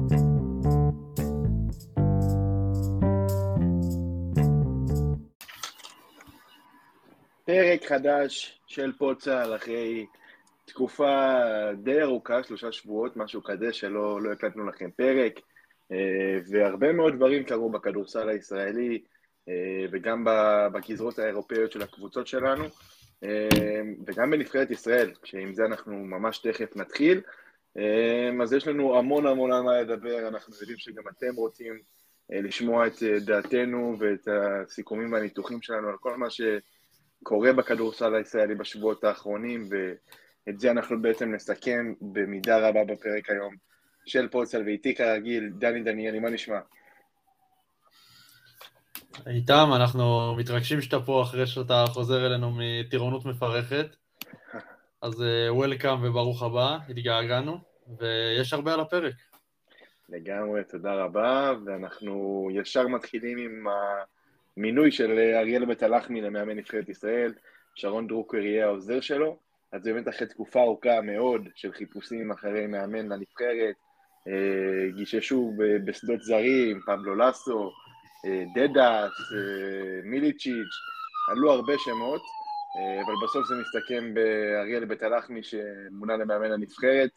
פרק חדש של פוצל אחרי תקופה די ארוכה, 3 שבועות, משהו כזה שלא הקלטנו לכם פרק, והרבה מאוד דברים קרו בכדורסל הישראלי וגם בגזרות האירופאיות של הקבוצות שלנו, וגם בנבחרת ישראל, שעם זה אנחנו ממש תכף נתחיל. אז יש לנו המון על מה לדבר. אנחנו יודעים שגם אתם רוצים לשמוע את דעתנו ואת הסיכומים והניתוחים שלנו על כל מה שקורה בכדורסל הישראלי בשבועות האחרונים, ואת זה אנחנו בעצם נסכם במידה רבה בפרק היום של פוצל. ואיתי כרגיל דני דניאלי, מה נשמע? איתם, אנחנו מתרגשים שאתה פה אחרי שאתה חוזר אלינו מטירונות מפרכת, אז וולקאם וברוך הבא, התגעגענו, ויש הרבה על הפרק. לגמרי, תודה רבה, ואנחנו ישר מתחילים עם המינוי של אריאל בית הלחמי למאמן נבחרת ישראל. שרון דרוקר יהיה העוזר שלו, אז באמת אחרי תקופה ארוכה מאוד של חיפושים אחרי מאמן לנבחרת, גיששו בשדות זרים, פבלו לסו, דדס, מיליצ'יץ', עלו הרבה שמות, אבל בסוף זה מסתכם באריאל בית הלחמי שמונה למאמן הנבחרת,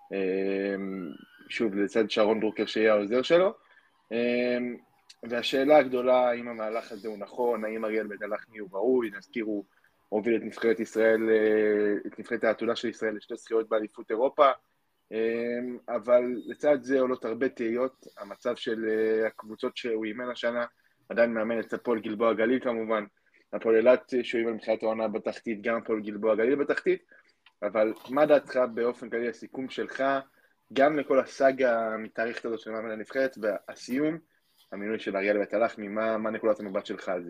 שוב לצד שרון דרוקר שיהיה העוזר שלו. והשאלה הגדולה, האם המהלך הזה הוא נכון, האם אריאל בית הלחמי הוא ראוי. נזכיר, הוא הוביל את נבחרת ישראל, את נבחרת העתודה של ישראל לשתי זכיות באליפות אירופה, אבל לצד זה עולות הרבה תהיות. המצב של הקבוצות שהוא אימן השנה, עדיין מאמן את הפועל גלבוע גליל כמובן, הפועל אילת שהוא אימן מתחילת העונה בתחתית, גם הפועל גלבוע גליל בתחתית. אבל מה דעתך באופן כללי, הסיכום שלך גם לכל הסאגה מתאריך הזאת של מאמן הנבחרת, והסיום, המינוי של אריאל בית הלחמי, מה נקודת המבט שלך על זה?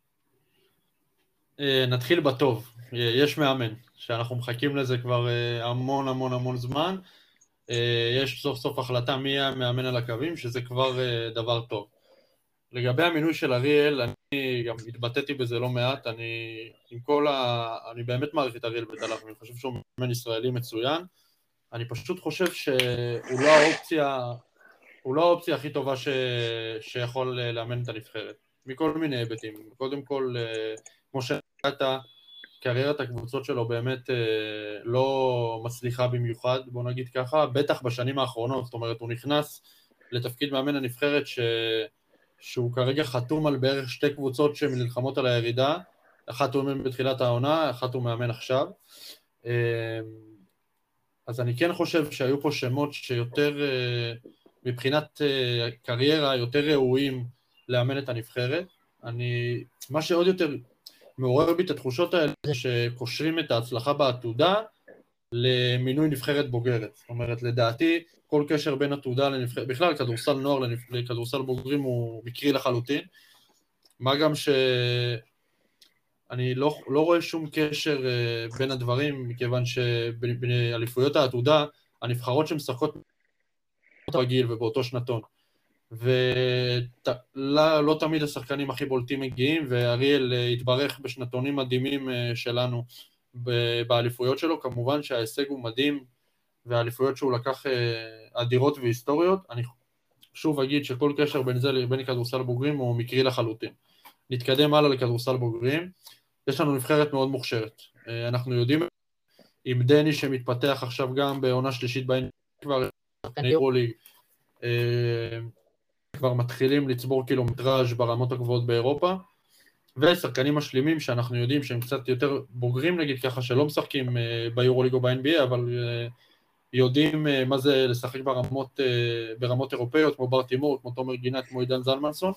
נתחיל בטוב. יש מאמן, שאנחנו מחכים לזה כבר המון זמן. יש סוף סוף החלטה מי המאמן על הקווים, שזה כבר דבר טוב. לגבי המינוי של אריאל, אני גם התבטאתי בזה לא מעט. אני באמת מעריך את אריאל בית הלחמי, אני חושב שהוא מאמן ישראלי מצוין. אני פשוט חושב שהוא לא האופציה הכי טובה שיכול לאמן את הנבחרת, מכל מיני היבטים. קודם כל, כמו שהייתה, קריירת הקבוצות שלו באמת לא מצליחה במיוחד, בוא נגיד ככה, בטח בשנים האחרונות. זאת אומרת, הוא נכנס לתפקיד מאמן הנבחרת שהוא כרגע חתום על בערך 2 קבוצות שמלחמות על הירידה, אחת הוא מאמן בתחילת העונה, אחת הוא מאמן עכשיו. אז אני כן חושב שהיו פה שמות שיותר, מבחינת קריירה, יותר ראויים לאמן את הנבחרת. מה שעוד יותר מעורר בי את התחושות האלה, זה שקושרים את ההצלחה בעתודה למינוי נבחרת בוגרת. זאת אומרת, לדעתי, כל קשר בין עתודה לנבחרת, בכלל כדורסל נוער לכדורסל בוגרים הוא מקרי לחלוטין, מה גם אני לא רואה שום קשר בין הדברים, מכיוון שבאליפויות העתודה, הנבחרות שמשחקות רגיל ובאותו שנתון, ולא תמיד השחקנים הכי בולטים מגיעים, ואריאל התברך בשנתונים מדהימים שלנו באליפויות שלו. כמובן שההישג הוא מדהים, והאליפויות שהוא לקח אדירות והיסטוריות. אני שוב אגיד שכל קשר בין זה לבין כדורסל בוגרים הוא מקרי לחלוטין. נתקדם הלאה לכדורסל בוגרים. יש לנו נבחרת מאוד מוכשרת. אנחנו יודעים עם דני שמתפתח עכשיו גם בעונה שלישית כבר ביורוליג, כבר מתחילים לצבור קילומטראז' ברמות הגבוהות באירופה, ושחקנים משלימים שאנחנו יודעים שהם קצת יותר בוגרים, נגיד ככה, שלא משחקים ביורוליג או ב-NBA, אבל יודעים מה זה לשחק ברמות אירופאיות, כמו בר תימור, כמו תומר גינת, כמו עידן זלמנסון.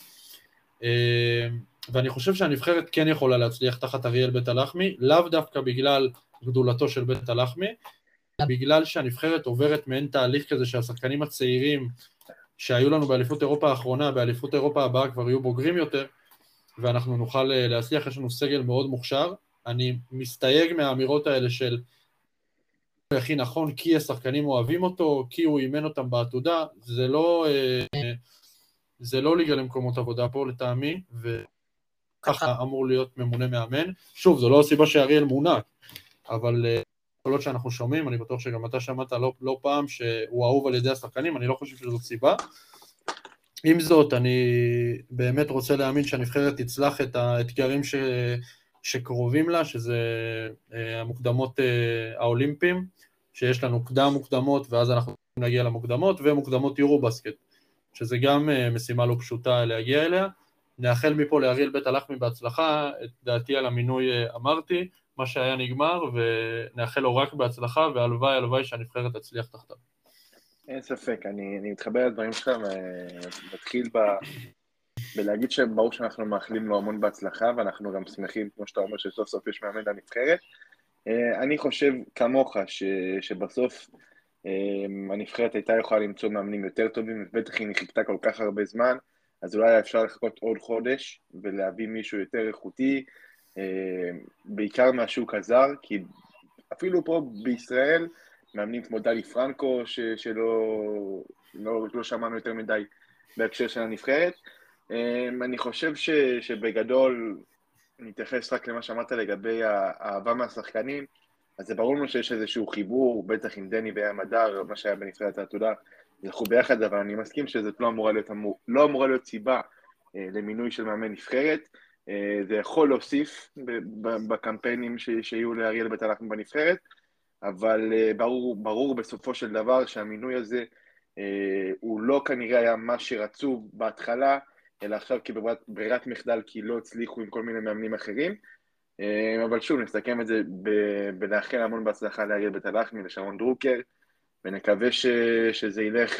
ואני חושב שהנבחרת כן יכולה להצליח תחת אריאל בית הלחמי, לאו דווקא בגלל גדולתו של בית הלחמי, בגלל שהנבחרת עוברת מעין תהליך כזה שהשחקנים הצעירים שהיו לנו באליפות אירופה האחרונה, באליפות אירופה הבאה כבר יהיו בוגרים יותר, ואנחנו נוכל להצליח. יש לנו סגל מאוד מוכשר. אני מסתייג מהאמירות האלה של הכי נכון, כי השחקנים אוהבים אותו, כי הוא אימן אותם בעתודה. זה לא ליגה למקומות עבודה פה לטעמי, וככה אמור להיות ממונה מאמן. שוב, זו לא הסיבה שאריאל מונה, אבל קולות שאנחנו שומעים, אני בטוח שגם אתה שמעת לא פעם שהוא אהוב על ידי השחקנים, אני לא חושב שזו סיבה. עם זאת, אני באמת רוצה להאמין שהנבחרת תצלח את האתגרים שקרובים לה, שזה המוקדמות האולימפיים, שיש לנו קדם מוקדמות, ואז אנחנו נגיע למוקדמות, ומוקדמות יורו-בסקט, שזה גם משימה לא פשוטה להגיע אליה. נאחל מפה לאריאל בית הלחמי בהצלחה, את דעתי על המינוי אמרתי, מה שהיה נגמר, ונאחל לו רק בהצלחה, והלוואי שהנבחרת תצליח תחתיו. אין ספק, אני מתחבר לדברים שלך, ונתחיל בלהגיד שברור שאנחנו מאחלים לו המון בהצלחה, ואנחנו גם שמחים, כמו שאתה אומר, שסוף סוף יש מאמן לנבחרת. אני חושב כמוך שבסוף הנבחרת הייתה יכולה למצוא מאמנים יותר טובים, ובטח אם היא חיכתה כל כך הרבה זמן, אז אולי אפשר לחכות עוד חודש ולהביא מישהו יותר איכותי, בעיקר מהשוק הזר, כי אפילו פה בישראל, מאמנים כמו דלי פרנקו, שלא שמענו יותר מדי בהקשר של הנבחרת. אני חושב שבגדול, נתייחס רק למה שאמרת לגבי האהבה מהשחקנים, אז זה ברור לנו שיש איזשהו חיבור, בטח עם דני וים הדר, מה שהיה בנבחרת העתודה, זכו ביחד, אבל אני מסכים שזאת לא אמורה להיות סיבה למינוי של מאמן נבחרת. זה יכול להוסיף בקמפיינים שיהיו לאריאל בית הלחמי בנבחרת, אבל ברור בסופו של דבר שהמינוי הזה הוא לא כנראה היה מה שרצו בהתחלה, אלא עכשיו כברירת מחדל, כי לא הצליחו עם כל מיני מאמנים אחרים. אבל שוב, נסתכם את זה בלאחל המון בהצלחה לאריאל בית הלחמי, לשרון דרוקר, ונקווה שזה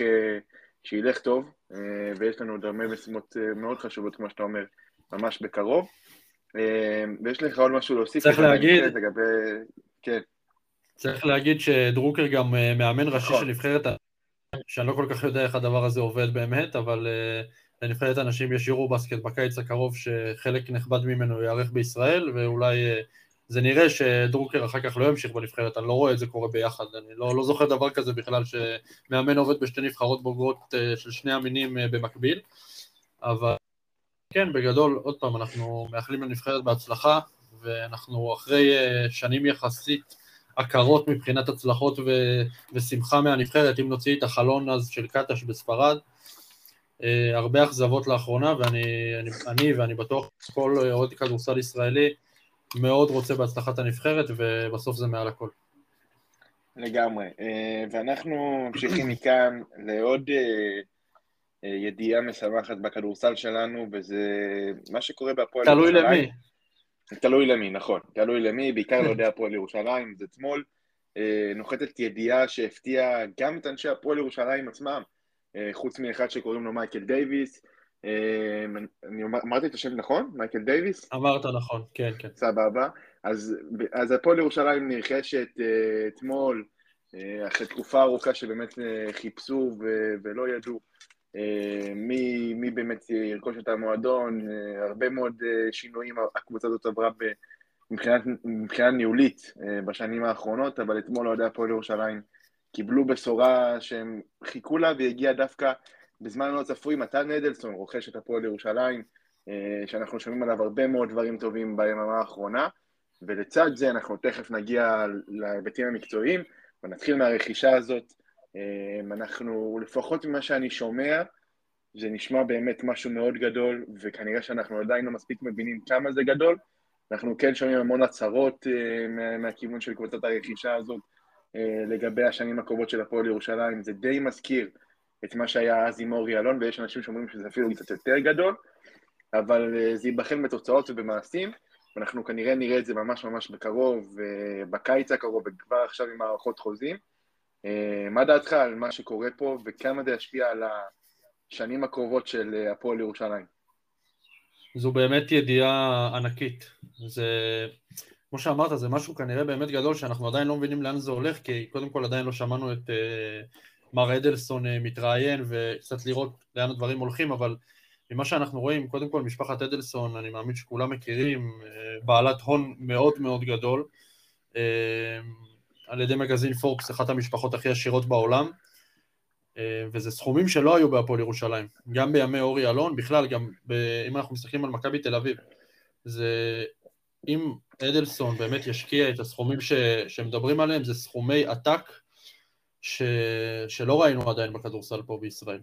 ילך טוב, ויש לנו עוד הרבה משימות מאוד חשובות, כמו שאתה אומר, ממש בקרוב. ויש לך עוד משהו להוסיף? צריך להגיד, כן. צריך להגיד שדרוקר גם מאמן ראשי של נבחרת, שאני לא כל כך יודע איך הדבר הזה עובד באמת, אבל לנבחרת אנשים יש יורו-בסקט בקיץ הקרוב, שחלק נכבד ממנו יערך בישראל, ואולי זה נראה שדרוקר אחר כך לא ימשיך בנבחרת, אני לא רואה את זה קורה ביחד, אני לא זוכר דבר כזה בכלל, שמאמן עובד בשתי נבחרות בוגרות של שני המינים במקביל, אבל כן, בגדול, עוד פעם, אנחנו מאחלים לנבחרת בהצלחה, ואנחנו אחרי שנים יחסית עקרות מבחינת הצלחות ושמחה מהנבחרת, אם נוציא את החלון אז של קטש בספרד, הרבה אכזבות לאחרונה, ואני בטוח כל אוהד כדורסל ישראלי מאוד רוצה בהצלחת הנבחרת, ובסוף זה מעל הכל. לגמרי, ואנחנו ממשיכים מכאן לעוד ידיעה משמחת בכדורסל שלנו, וזה מה שקורה בהפועל ירושלים. תלוי למי. תלוי למי, נכון, תלוי למי, בעיקר לא יודע הפועל ירושלים, זה אתמול נוחתת ידיעה שהפתיעה גם את אנשי הפועל ירושלים עצמם, חוץ מאחד שקוראים לו מייקל דייביס. אני אמרתי את השם נכון? מייקל דייביס? אמרת נכון, כן, כן. סבבה. אז הפועל ירושלים נרכשת אתמול, אחרי תקופה ארוכה שבאמת חיפשו ולא ידעו מי באמת ירכוש את המועדון, הרבה מאוד שינויים הקבוצה הזאת עברה מבחינה ניהולית בשנים האחרונות, אבל אתמול אוהדי הפועל ירושלים קיבלו בשורה שהם חיכו לה, והגיעה דווקא בזמן לא צפוי. מתן אדלסון רוכש את הפועל ירושלים, שאנחנו שומעים עליו הרבה מאוד דברים טובים ביממה האחרונה, ולצד זה אנחנו תכף נגיע להיבטים המקצועיים, ונתחיל מהרכישה הזאת. אנחנו, לפחות ממה שאני שומע, זה נשמע באמת משהו מאוד גדול, וכנראה שאנחנו עדיין לא מספיק מבינים כמה זה גדול. אנחנו כן שומעים המון הצהרות מהכיוון של קבוצת הרכישה הזאת, לגבי השנים הקרובות של הפועל ירושלים. זה די מזכיר את מה שהיה אז עם אורי אלון, ויש אנשים שאומרים שזה אפילו קצת יותר גדול, אבל זה ייבחן בתוצאות ובמעשים, ואנחנו כנראה נראה את זה ממש ממש בקרוב, בקיץ הקרוב, וכבר עכשיו עם מערכות חוזים. מה דעתך על מה שקורה פה, וכמה זה ישפיע על השנים הקרובות של הפועל ירושלים? זו באמת ידיעה ענקית. זה, כמו שאמרת, זה משהו כנראה באמת גדול, שאנחנו עדיין לא מבינים לאן זה הולך, כי קודם כל עדיין לא שמענו את מר אדלסון מתראיין, וקצת לראות לאן הדברים הולכים, אבל ממה שאנחנו רואים, קודם כל משפחת אדלסון, אני מאמין שכולם מכירים, בעלת הון מאוד מאוד גדול, על ידי מגזין פורבס, אחת המשפחות הכי עשירות בעולם, וזה סכומים שלא היו בהפועל ירושלים, גם בימי אורי אלון, בכלל גם אם אנחנו מסתכלים על מכבי תל אביב, זה, אם אדלסון באמת ישקיע את הסכומים שמדברים עליהם, זה סכומי עתק שלא ראינו עדיין בכדורסל פה בישראל.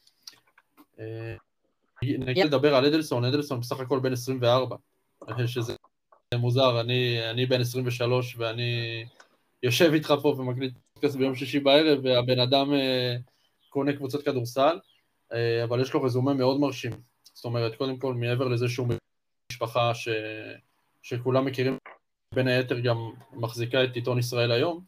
נגיד לדבר על אדלסון, אדלסון בסך הכל בן 24, שזה מוזר, אני בן 23 ואני יושב איתך פה ומקליט פודקאסט ביום שישי בערב, והבן אדם קונה קבוצת כדורסל, אבל יש לו רזומה מאוד מרשים. זאת אומרת, קודם כל, מעבר לזה שהוא משפחה שכולם מכירים, בין היתר גם מחזיקה את עיתון ישראל היום,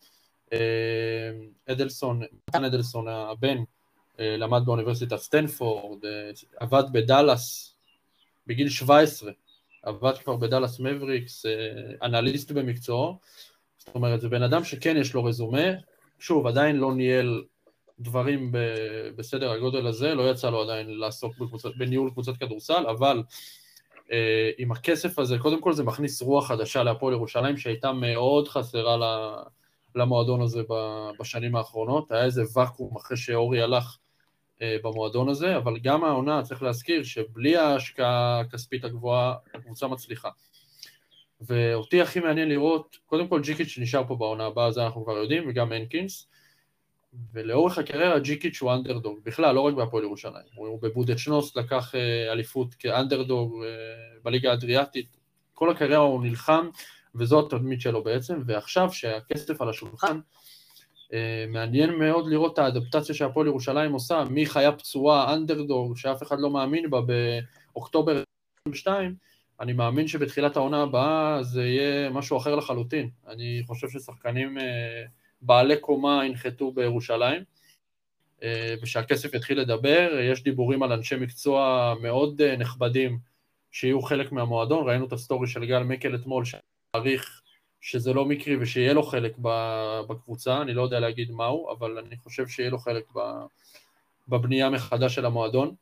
מתן אדלסון, הבן, למד באוניברסיטת סטנפורד, עבד בדלס בגיל 17, עבד כבר בדלס מבריקס, אנליסט במקצועו, זאת אומרת, זה בן אדם שכן יש לו רזומה, שוב, עדיין לא ניהל דברים בסדר הגודל הזה, לא יצא לו עדיין לעסוק בניהול קבוצת כדורסל, אבל עם הכסף הזה, קודם כל זה מכניס רוח חדשה להפועל ירושלים, שהייתה מאוד חסרה למועדון הזה בשנים האחרונות, היה איזה וקום אחרי שאורי הלך במועדון הזה, אבל גם העונה, צריך להזכיר שבלי ההשקעה הכספית הגבוהה, הקבוצה מצליחה. ואותי הכי מעניין לראות, קודם כל ג'יקיץ' נשאר פה בעונה הבאה, זה אנחנו כבר יודעים, וגם הנקינס, ולאורך הקריירה ג'יקיץ' הוא אנדרדוג, בכלל, לא רק בהפועל ירושלים, הוא בבודדשנוסט לקח אליפות כאנדרדוג בליגה האדריאטית, כל הקריירה הוא נלחם, וזו התדמית שלו בעצם, ועכשיו שהכסף על השולחן, מעניין מאוד לראות את האדפטציה שהפועל ירושלים עושה, מחיה פצועה, אנדרדוג, שאף אחד לא מאמין בה באוקטובר 22, אני מאמין שבתחילת העונה הבאה זה יהיה משהו אחר לחלוטין. אני חושב ששחקנים בעלי קומה ינחתו בירושלים, ושהכסף יתחיל לדבר, יש דיבורים על אנשי מקצוע מאוד נכבדים שיהיו חלק מהמועדון, ראינו את הסטורי של גל מקל אתמול, שעריך שזה לא מקרי ושיהיה לו חלק בקבוצה, אני לא יודע להגיד מהו, אבל אני חושב שיהיה לו חלק בבנייה מחדש של המועדון,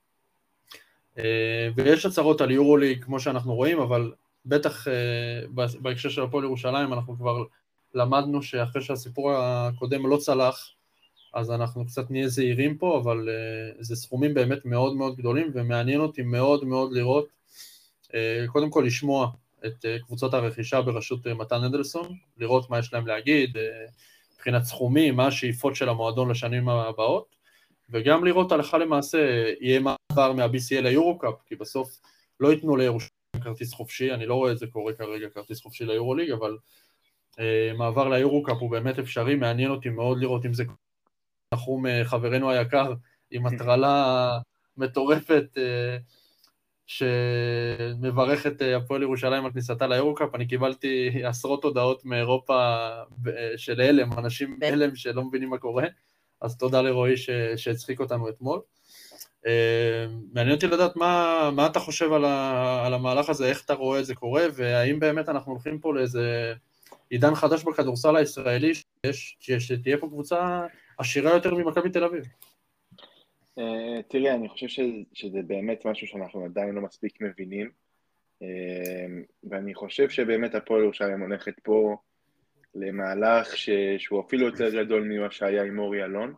ויש הצהרות על יורוליג כמו שאנחנו רואים, אבל בטח בהקשר של הפועל ירושלים אנחנו כבר למדנו שאחרי שהסיפור הקודם לא צלח, אז אנחנו קצת נהיה זהירים פה, אבל זה סכומים באמת מאוד מאוד גדולים, ומעניין אותי מאוד מאוד לראות, קודם כל לשמוע את קבוצות הרכישה בראשות מתן אדלסון, לראות מה יש להם להגיד, מבחינת סכומים, מה השאיפות של המועדון לשנים הבאות, וגם לראות הלכה למעשה, יהיה מעבר מה-BCL ליורוקאפ, כי בסוף לא ייתנו לירושלים כרטיס חופשי, אני לא רואה את זה קורה כרגע כרטיס חופשי ליורוליג, אבל מעבר ליורוקאפ הוא באמת אפשרי, מעניין אותי מאוד לראות אם זה נחום חברנו היקר, עם הטרלה מטורפת, שמברך את הפועל ירושלים על כניסתה ליורוקאפ, אני קיבלתי עשרות הודעות מאירופה של הלם, אנשים בהלם שלא מבינים מה קורה, אז תודה לרועי שהצחיק אותנו אתמול. מעניין אותי לדעת מה אתה חושב על המהלך הזה, איך אתה רואה את זה קורה, והאם באמת אנחנו הולכים פה לאיזה עידן חדש בכדורסל הישראלי, שתהיה פה קבוצה עשירה יותר ממכבי תל אביב. תראה, אני חושב שזה באמת משהו שאנחנו עדיין לא מספיק מבינים, ואני חושב שבאמת הפועל ירושלים הולכת פה למהלך שהוא אפילו יותר גדול ממה שהיה עם אורי אלון.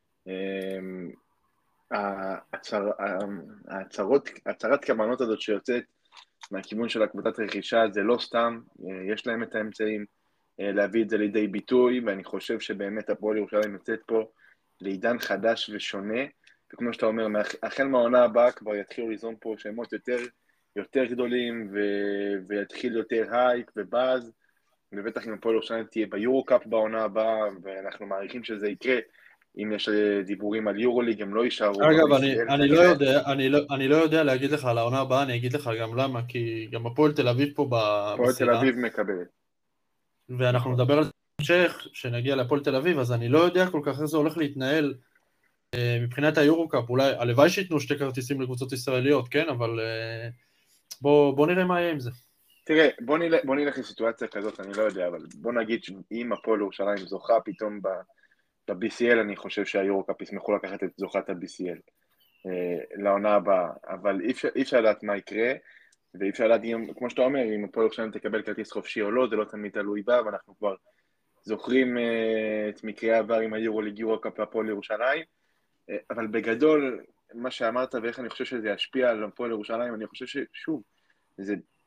הצהרת כוונות הזאת שיוצאת מהכיוון של הקבוצת רכישה, זה לא סתם, יש להם את האמצעים להביא את זה לידי ביטוי, ואני חושב שבאמת הפועל ירושלים יוצאת פה לעידן חדש ושונה, וכמו שאתה אומר, החל מהעונה הבאה כבר יתחילו ליזום פה שמות יותר גדולים, ויתחיל יותר הייק ובאז, ובטח אם הפועל ירושלים תהיה ביורוקאפ בעונה הבאה, ואנחנו מעריכים שזה יקרה, אם יש דיבורים על יורוליג, הם לא יישארו. אגב, אני לא יודע להגיד לך על העונה הבאה, אני אגיד לך גם למה, כי גם הפועל תל אביב פה בסירה. הפועל תל אביב מקבלת. ואנחנו נדבר על המשך, שנגיע לפועל תל אביב, אז אני לא יודע כל כך איך זה הולך להתנהל מבחינת היורוקאפ, אולי הלוואי שיתנו שתי כרטיסים לקבוצות ישראליות, כן, אבל בוא נראה מה יהיה עם זה. תראה, בוא נלך לסיטואציה כזאת, אני לא יודע, אבל בוא נגיד שאם הפועל ירושלים זוכה פתאום ב-BCL, אני חושב שהיורוקאפ ישמחו לקחת את זוכת ה-BCL לעונה הבאה, אבל אי אפשר לדעת מה יקרה, ואי אפשר לדעת, כמו שאתה אומר, אם הפועל ירושלים תקבל כרטיס חופשי או לא, זה לא תמיד תלוי בה, ואנחנו כבר זוכרים את מקרי העבר עם היורוליג יורוקאפ והפועל ירושלים, אבל בגדול, מה שאמרת ואיך אני חושב שזה ישפיע על הפועל ירושלים, אני חושב ששוב, זה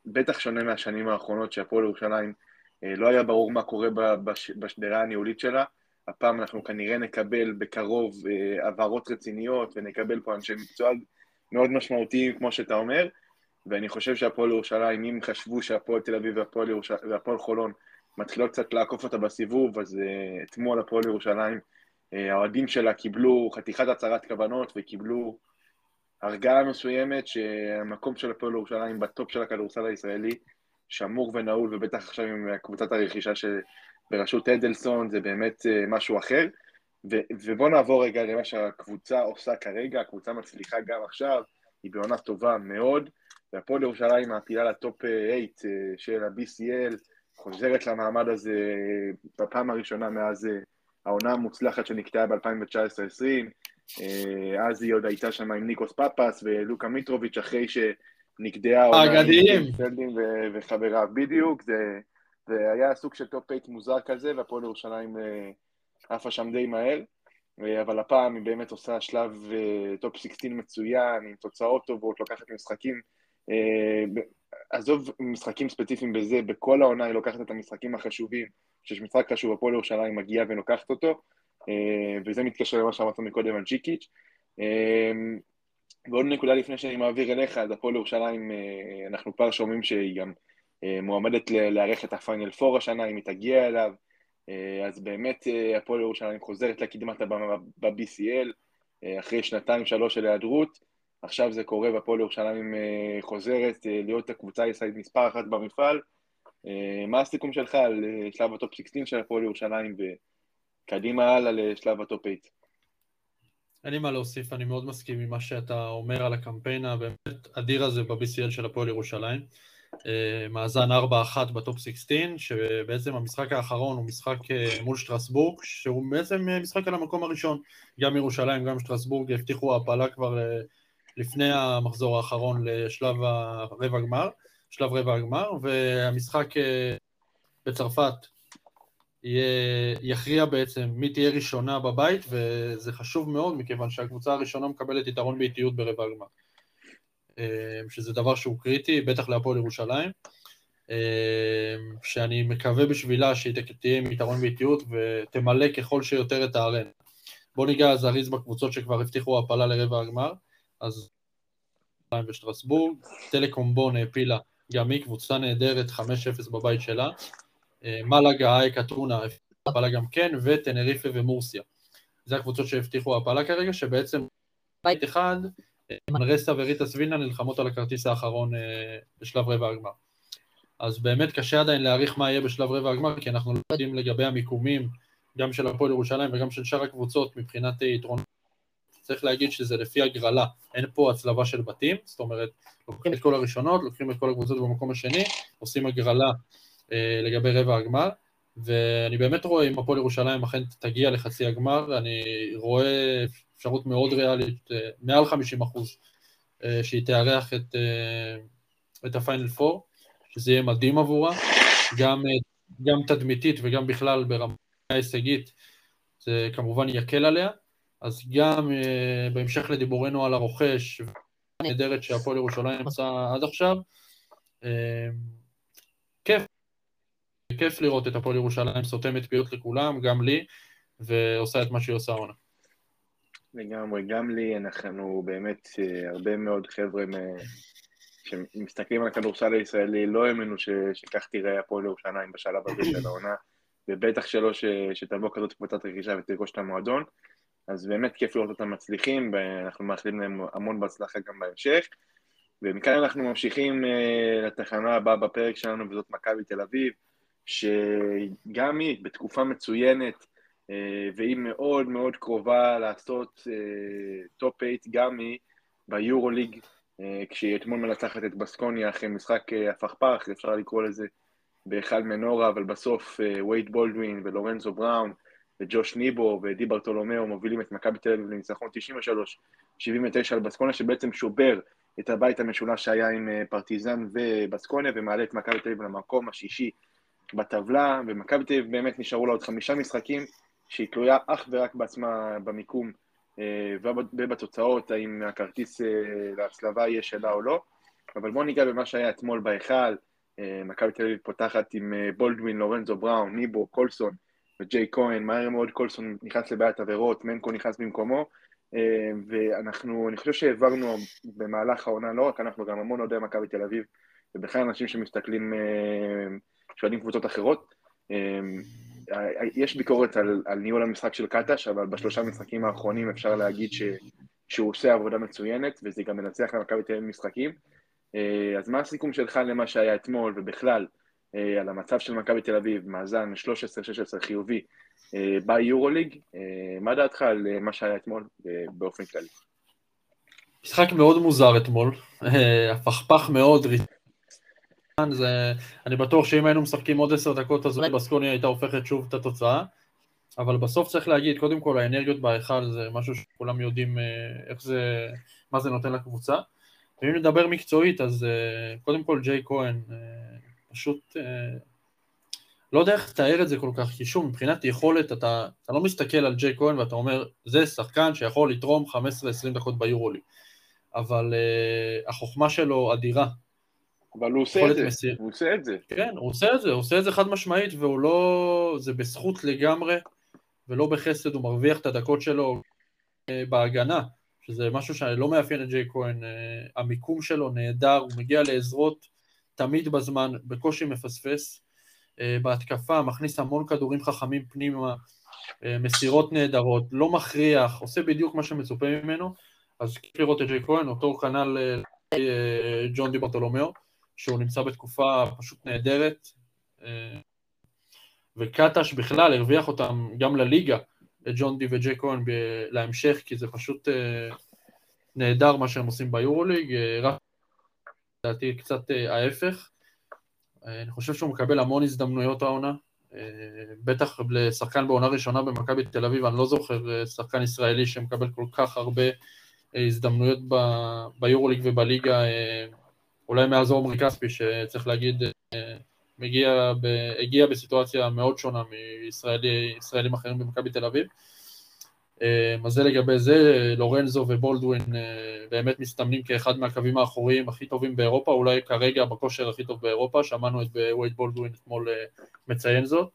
בטח שונה מהשנים האחרונות שהפועל ירושלים לא היה ברור מה קורה בשדרה הניהולית שלה. הפעם אנחנו כנראה נקבל בקרוב עברות רציניות, ונקבל פה אנשי מקצוע מאוד משמעותיים, כמו שאתה אומר, ואני חושב שהפועל ירושלים, אם חשבו שהפועל תל אביב והפועל חולון מתחילות קצת לעקוף אותה בסיבוב, אז אתמול הפועל ירושלים, האוהדים שלה קיבלו חתיכת הצהרת כוונות, וקיבלו הרגעה מסוימת שהמקום של הפועל ירושלים בטופ של הכדורסל הישראלי שמור ונעול, ובטח עכשיו עם קבוצת הרכישה בראשות אדלסון, זה באמת משהו אחר. ובוא נעבור רגע למה שהקבוצה עושה כרגע. הקבוצה מצליחה גם עכשיו, היא בעונה טובה מאוד, והפועל ירושלים מעפילה לטופ 8 של ה-BCL, חוזרת למעמד הזה בפעם הראשונה מאז העונה המוצלחת שנקטעה ב-2019-2020. אז היא עוד הייתה שם עם ניקוס פפס ולוקה מיטרוביץ', אחרי שנקדעה העונה עם פלדין וחבריו. בדיוק, זה היה סוג של טופ 8 מוזר כזה, והפועל ירושלים עפה שם די מהר, אבל הפעם היא באמת עושה שלב טופ 16 מצוין, עם תוצאות טובות, לוקחת משחקים, עזוב משחקים ספציפיים בזה, בכל העונה היא לוקחת את המשחקים החשובים, שיש משחק חשוב, הפועל ירושלים מגיעה ולוקחת אותו, וזה מתקשר למה שאמרת מקודם על ג'יקיץ'. ועוד נקודה לפני שאני מעביר אליך, אז הפועל ירושלים, אנחנו כבר שומעים שהיא גם מועמדת לארח את הפיינל 4 השנה, אם היא תגיע אליו, אז באמת הפועל ירושלים חוזרת לקדמת ב-BCL, אחרי 2-3 של היעדרות, עכשיו זה קורה, והפועל ירושלים חוזרת להיות הקבוצה הישראלית מספר אחת במפעל. מה הסיכום שלך על שלב הטופ 16 של הפועל ירושלים, וקדימה הלאה לשלב הטופ 8? אין לי מה להוסיף, אני מאוד מסכים עם מה שאתה אומר על הקמפיין הבאמת אדיר הזה ב-BCL של הפועל ירושלים. מאזן 4-1 בטופ 16, שבעצם המשחק האחרון הוא משחק מול שטרסבורג, שהוא בעצם משחק על המקום הראשון. גם ירושלים, גם שטרסבורג הבטיחו הפעלה כבר לפני המחזור האחרון לשלב שלב רבע הגמר, והמשחק בצרפת יכריע בעצם מי תהיה ראשונה בבית, וזה חשוב מאוד, מכיוון שהקבוצה הראשונה מקבלת יתרון באיטיות ברבע הגמר, שזה דבר שהוא קריטי, בטח להפועל ירושלים, שאני מקווה בשבילה שהיא תהיה עם יתרון באיטיות, ותמלא ככל שיותר את הארן. בוא ניגע זריז בקבוצות שכבר הבטיחו הפעלה לרבע הגמר. אז ושטרסבורג, טלקום בון העפילה גם היא, קבוצה נהדרת, 5-0 בבית שלה, מלאגה, אייק, אתונה, הפעלה גם כן, וטנריפה ומורסיה. זה הקבוצות שהבטיחו הפעלה כרגע, שבעצם בית אחד, מנרסה וריטה סווינה נלחמות על הכרטיס האחרון בשלב רבע הגמר. אז באמת קשה עדיין להעריך מה יהיה בשלב רבע הגמר, כי אנחנו לא יודעים לגבי המיקומים, גם של הפועל ירושלים וגם של שאר הקבוצות, מבחינת יתרון. צריך להגיד שזה לפי הגרלה, אין פה הצלבה של בתים, זאת אומרת, לוקחים את כל הראשונות, לוקחים את כל הקבוצות במקום השני, עושים הגרלה לגבי רבע הגמר, ואני באמת רואה אם הפועל ירושלים אכן תגיע לחצי הגמר, אני רואה אפשרות מאוד ריאלית, מעל 50%, שהיא תארח את הפיינל 4, שזה יהיה מדהים עבורה, גם תדמיתית וגם בכלל ברמה ההישגית, זה כמובן יקל עליה, אז גם בהמשך לדיבורנו על הרוכש, נהדרת שהפועל ירושלים עושה עד עכשיו, כיף לראות את הפועל ירושלים סותמת פיות לכולם, גם לי, ועושה את מה שהיא עושה עונה. לגמרי, גם לי, אנחנו באמת הרבה מאוד חבר'ה שמסתכלים על הכדורסל הישראלי, לא האמינו שכך תראה הפועל ירושלים בשלב הזה של העונה, ובטח שלא שתבוא כזאת קבוצת רכישה ותרכוש את המועדון, אז באמת כיף לראות אותם מצליחים, ואנחנו מאחלים להם המון בהצלחה גם בהמשך. ומכאן אנחנו ממשיכים לתחנה הבאה בפרק שלנו, וזאת מכבי תל אביב, שגם היא בתקופה מצוינת, והיא מאוד מאוד קרובה לעשות טופ 8, גם היא ביורוליג, כשהיא אתמול מנצחת את בסקוניה אחרי משחק הפכפך, אפשר לקרוא לזה באחד מנורה, אבל בסוף וייד בולדווין ולורנזו בראון, וג'וש ניבו ודי ברטולומיאו מובילים את מכבי תל אביב לניצחון 93-79 על בסקוניה, שבעצם שובר את הבית המשולש שהיה עם פרטיזן ובסקוניה, ומעלה את מכבי תל אביב למקום השישי בטבלה, ומכבי תל אביב באמת נשארו לה עוד 5 משחקים, שהיא תלויה אך ורק בעצמה במיקום ובתוצאות, האם הכרטיס להצלבה יהיה שלה או לא. אבל בואו ניגע במה שהיה אתמול בהיכל. מכבי תל אביב פותחת עם בולדווין, לורנזו בראון, ניבו, קולסון וג'יי כהן. מהר מאוד קולסון נכנס לבעיית עבירות, מנקו נכנס במקומו, אני חושב שהעברנו במהלך העונה, לא רק אנחנו, גם המון אוהדי מכבי תל אביב, ובכלל אנשים שמסתכלים, שואלים קבוצות אחרות. יש ביקורת על ניהול המשחק של קטש, אבל בשלושה משחקים האחרונים אפשר להגיד שהוא עושה עבודה מצוינת, וזה גם מנצח למכבי תל אביב משחקים. אז מה הסיכום שלך למה שהיה אתמול, ובכלל על המצב של מכבי תל אביב, מאזן 13-16 חיובי ביורוליג? מה דעתך על מה שהיה אתמול באופן כללי? משחק מאוד מוזר אתמול, הפכפך מאוד, אני בטוח שאם היינו משחקים עוד 10 דקות, אז בסקוניה הייתה הופכת שוב את התוצאה, אבל בסוף צריך להגיד, קודם כל האנרגיות בהיכל זה משהו שכולם יודעים מה זה נותן לקבוצה, ואם נדבר מקצועית, אז קודם כל ג'יי כהן, פשוט לא יודע איך לתאר את זה כל כך, כי שוב, מבחינת יכולת, אתה לא מסתכל על ג'יי כהן ואתה אומר, זה שחקן שיכול לתרום 15-20 דקות ביורוליג, אבל החוכמה שלו אדירה. אבל הוא עושה את זה, הוא עושה את זה. כן, הוא עושה את זה חד משמעית, והוא לא, זה בזכות לגמרי, ולא בחסד, הוא מרוויח את הדקות שלו בהגנה, שזה משהו שלא מאפיין את ג'יי כהן, המיקום שלו נהדר, הוא מגיע לעזרות תמיד בזמן, בקושי מפספס, בהתקפה, מכניס המון כדורים חכמים פנימה, מסירות נהדרות, לא מכריח, עושה בדיוק מה שמצופה ממנו, אז כיף לראות את ג'יי כהן, אותו כנ"ל ג'ון די ברטולומיאו, שהוא נמצא בתקופה פשוט נהדרת, וקטש בכלל הרוויח אותם גם לליגה, את ג'ון די וג'יי כהן להמשך, כי זה פשוט נהדר מה שהם עושים ביורוליג, רק לדעתי קצת ההפך. אני חושב שהוא מקבל המון הזדמנויות העונה, בטח לשחקן בעונה ראשונה במכבי תל אביב, אני לא זוכר שחקן ישראלי שמקבל כל כך הרבה הזדמנויות ביורוליג ובליגה, אולי מאז עומרי כספי, שצריך להגיד, הגיע בסיטואציה מאוד שונה מישראלים אחרים במכבי תל אביב. אז זה לגבי זה, לורנזו ובולדווין באמת מסתמנים כאחד מהקווים האחוריים הכי טובים באירופה, אולי כרגע בכושר הכי טוב באירופה, שמענו את ווייד בולדווין אתמול מציין זאת.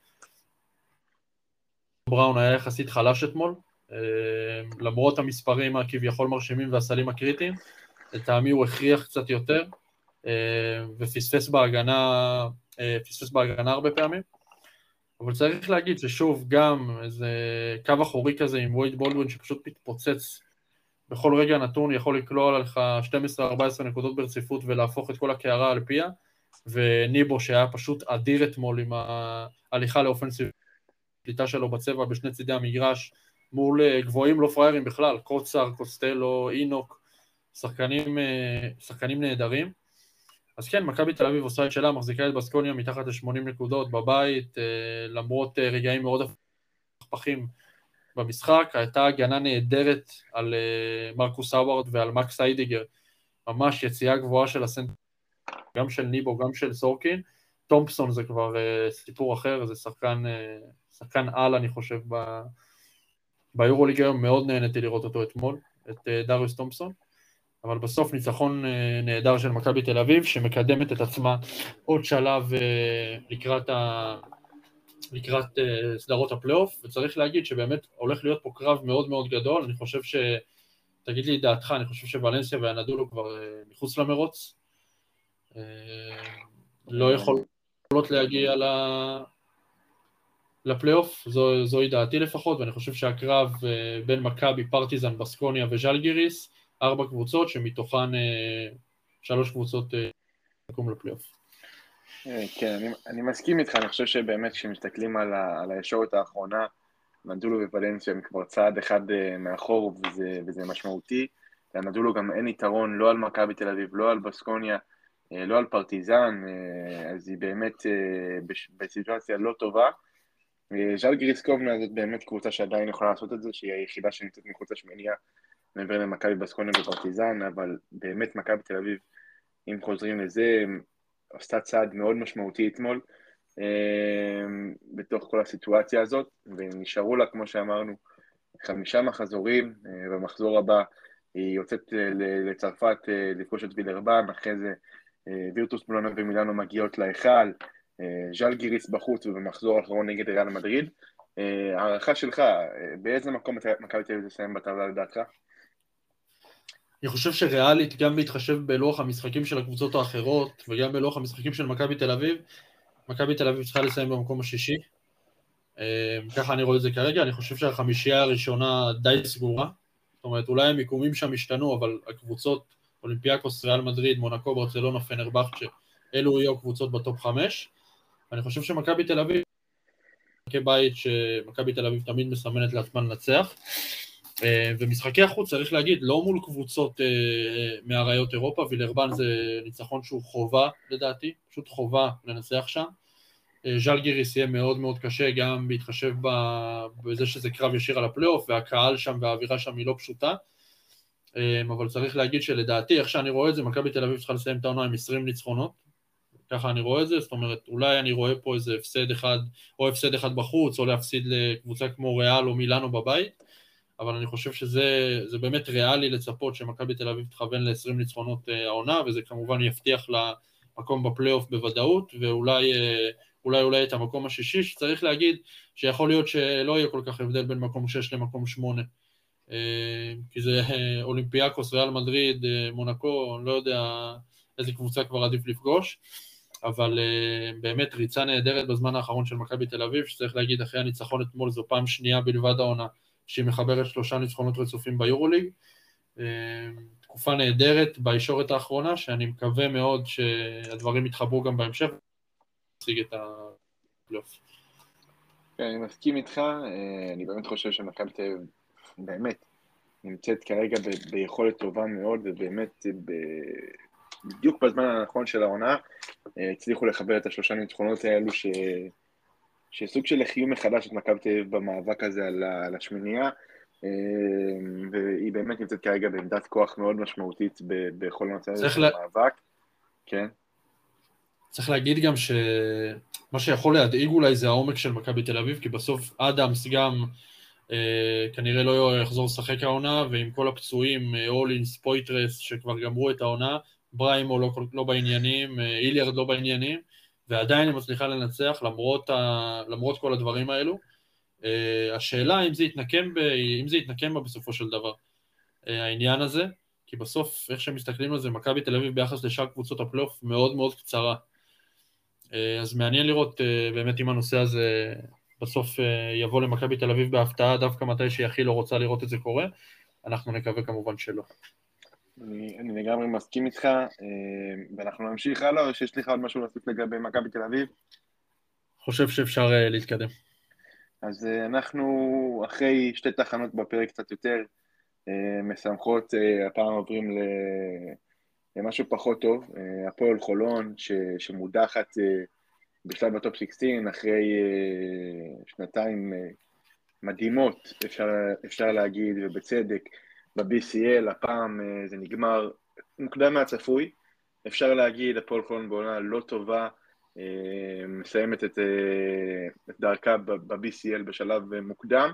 בראון היה יחסית חלש אתמול, למרות המספרים הכביכול מרשימים והסלים הקריטיים, לטעמי הוא הכריח קצת יותר, ופספס בהגנה הרבה פעמים, אבל צריך להגיד ששוב גם איזה קו אחורי כזה עם ווייד בולדווין שפשוט מתפוצץ בכל רגע נתון, יכול לקלוע לך 12-14 נקודות ברציפות ולהפוך את כל הקערה על פיה, וניבו שהיה פשוט אדיר אתמול עם ההליכה לאופנסיב, פליטה שלו בצבע בשני צידי המגרש, מול גבוהים לא פריירים בכלל, קוצר, קוסטלו, אינוק, שחקנים נהדרים. אז כן, מכבי תל אביב עושה את שלה, מחזיקה את בסקוניה מתחת ל-80 נקודות בבית, למרות רגעים מאוד הפכים במשחק, הייתה הגנה נהדרת על מרקוס האווארד ועל מקס היידיגר, ממש יציאה גבוהה של הסנטר, גם של ניבו, גם של סורקין. תומפסון זה כבר סיפור אחר, זה שחקן על, אני חושב, ביורוליג היום, מאוד נהניתי לראות אותו אתמול, את דריוס תומפסון. אבל בסוף ניצחון נהדר של מכבי תל אביב, שמקדמת את עצמה עוד שלב לקראת סדרות הפלייאוף, וצריך להגיד שבאמת הולך להיות פה קרב מאוד מאוד גדול. אני חושב תגיד לי דעתך, אני חושב שוולנסיה והנדולו כבר מחוץ למרוץ, לא יכולות להגיע לפלייאוף, זוהי דעתי לפחות, ואני חושב שהקרב בין מכבי, פרטיזן, בסקוניה וז'לגיריס, 4 קבוצות שמתוכן 3 קבוצות יקום לפלייאוף. כן, אני מסכים איתך, אני חושב שבאמת כשמסתכלים על הישורת האחרונה, נדולו וולנסיה הם כבר צעד אחד מאחור וזה משמעותי, לנדולו גם אין יתרון לא על מכבי תל אביב, לא על בסקוניה, לא על פרטיזן, אז היא באמת בסיטואציה לא טובה. ז'לגיריס קובנה זאת באמת קבוצה שעדיין יכולה לעשות את זה, שהיא היחידה שנמצאת מחוץ לשמיניה, מעבר למכבי בסקוניה ופרטיזן, אבל באמת מכבי תל אביב, אם חוזרים לזה, עשתה צעד מאוד משמעותי אתמול, בתוך כל הסיטואציה הזאת, ונשארו לה, כמו שאמרנו, 5 מחזורים, במחזור הבא היא יוצאת לצרפת לפגוש את וילרבן, אחרי זה וירטוס בולונה ומילאנו מגיעות להיכל, ז'לגיריס בחוץ ובמחזור האחרון נגד ריאל מדריד. הערכה שלך, באיזה מקום מכבי תל אביב תסיים בטבלה לדעתך? אני חושב שריאלית, גם בהתחשב בלוח המשחקים של הקבוצות האחרות, וגם בלוח המשחקים של מכבי תל אביב, מכבי תל אביב צריכה לסיים במקום השישי. ככה אני רואה את זה כרגע. אני חושב שהחמישייה הראשונה די סגורה. זאת אומרת, אולי המיקומים שם השתנו, אבל הקבוצות, אולימפיאקוס, ריאל מדריד, מונקו, ברצלונה, פנרבכצ'ה, אלו יהיו קבוצות בטופ 5. אני חושב שמכבי תל אביב, כבית שמכבי תל אביב תמיד מסמנת לעצמה לנצח. ומשחקי החוץ, צריך להגיד, לא מול קבוצות מהראיות אירופה, וילרבן זה ניצחון שהוא חובה לדעתי, פשוט חובה לנצח שם. ז'לגיריס יהיה מאוד מאוד קשה, גם בהתחשב בזה שזה קרב ישיר על הפלייאוף, והקהל שם והאווירה שם היא לא פשוטה, אבל צריך להגיד שלדעתי, איך שאני רואה את זה, מכבי תל אביב צריכה לסיים את העונה עם 20 ניצחונות, ככה אני רואה את זה, זאת אומרת, אולי אני רואה פה איזה הפסד אחד, או הפסד אחד בחוץ, או להפסיד לקבוצה כמו ריאל או מילאנו בבית, אבל אני חושב שזה באמת ריאלי לצפות שמכבי תל אביב תכוון ל-20 ניצחונות העונה, וזה כמובן יבטיח לה מקום בפלייאוף בוודאות, ואולי את המקום השישי, שצריך להגיד שיכול להיות שלא יהיה כל כך הבדל בין מקום 6 למקום 8, כי זה אולימפיאקוס, ריאל מדריד, מונקו, אני לא יודע איזה קבוצה כבר עדיף לפגוש, אבל באמת ריצה נהדרת בזמן האחרון של מכבי תל אביב, שצריך להגיד אחרי הניצחון אתמול, זו פעם שנייה בלבד העונה, שהיא מחברת 3 ניצחונות רצופים ביורוליג, תקופה נהדרת בישורת האחרונה, שאני מקווה מאוד שהדברים יתחברו גם בהמשך, להשיג את הפלייאוף. כן, אני מסכים איתך, אני באמת חושב שמכבי תל אביב באמת נמצאת כרגע ביכולת טובה מאוד, ובאמת בדיוק בזמן הנכון של העונה, הצליחו לחבר את ה3 ניצחונות האלו שסוג של החיו מחדש את מכבי תל אביב במאבק הזה על השמינייה, והיא באמת נמצאת כרגע בעמדת כוח מאוד משמעותית בכל הנושא הזה של המאבק. כן. צריך להגיד גם שמה שיכול להדאיג אולי זה העומק של מכבי תל אביב, כי בסוף אדמס גם כנראה לא יחזור לשחק העונה, ועם כל הפצועים, אולינס, פויטרס, שכבר גמרו את העונה, בריימו לא בעניינים, איליארד לא בעניינים, ועדיין היא מצליחה לנצח למרות כל הדברים האלו. השאלה אם זה יתנקם בה בסופו של דבר, העניין הזה, כי בסוף איך שמסתכלים על זה, מכבי תל אביב ביחס לשאר קבוצות הפלייאוף מאוד מאוד קצרה, אז מעניין לראות באמת אם הנושא הזה בסוף יבוא למכבי תל אביב בהפתעה, דווקא מתי שהכי לא רוצה לראות את זה קורה, אנחנו נקווה כמובן שלא. אני לגמרי מסכים איתך, ואנחנו נמשיך הלאה, או שיש לך עוד משהו להוסיף לגבי מכבי תל אביב? חושב שאפשר להתקדם. אז אנחנו אחרי 2 תחנות בפרק קצת יותר משמחות, הפעם עוברים למשהו פחות טוב, הפועל חולון שמודחת בשלב בטופ 16, אחרי 2 מדהימות, אפשר להגיד, ובצדק, ב-BCL, הפעם זה נגמר מוקדם מהצפוי, אפשר להגיד, הפועל חולון בעונה לא טובה, מסיימת את דרכה ב-BCL בשלב מוקדם,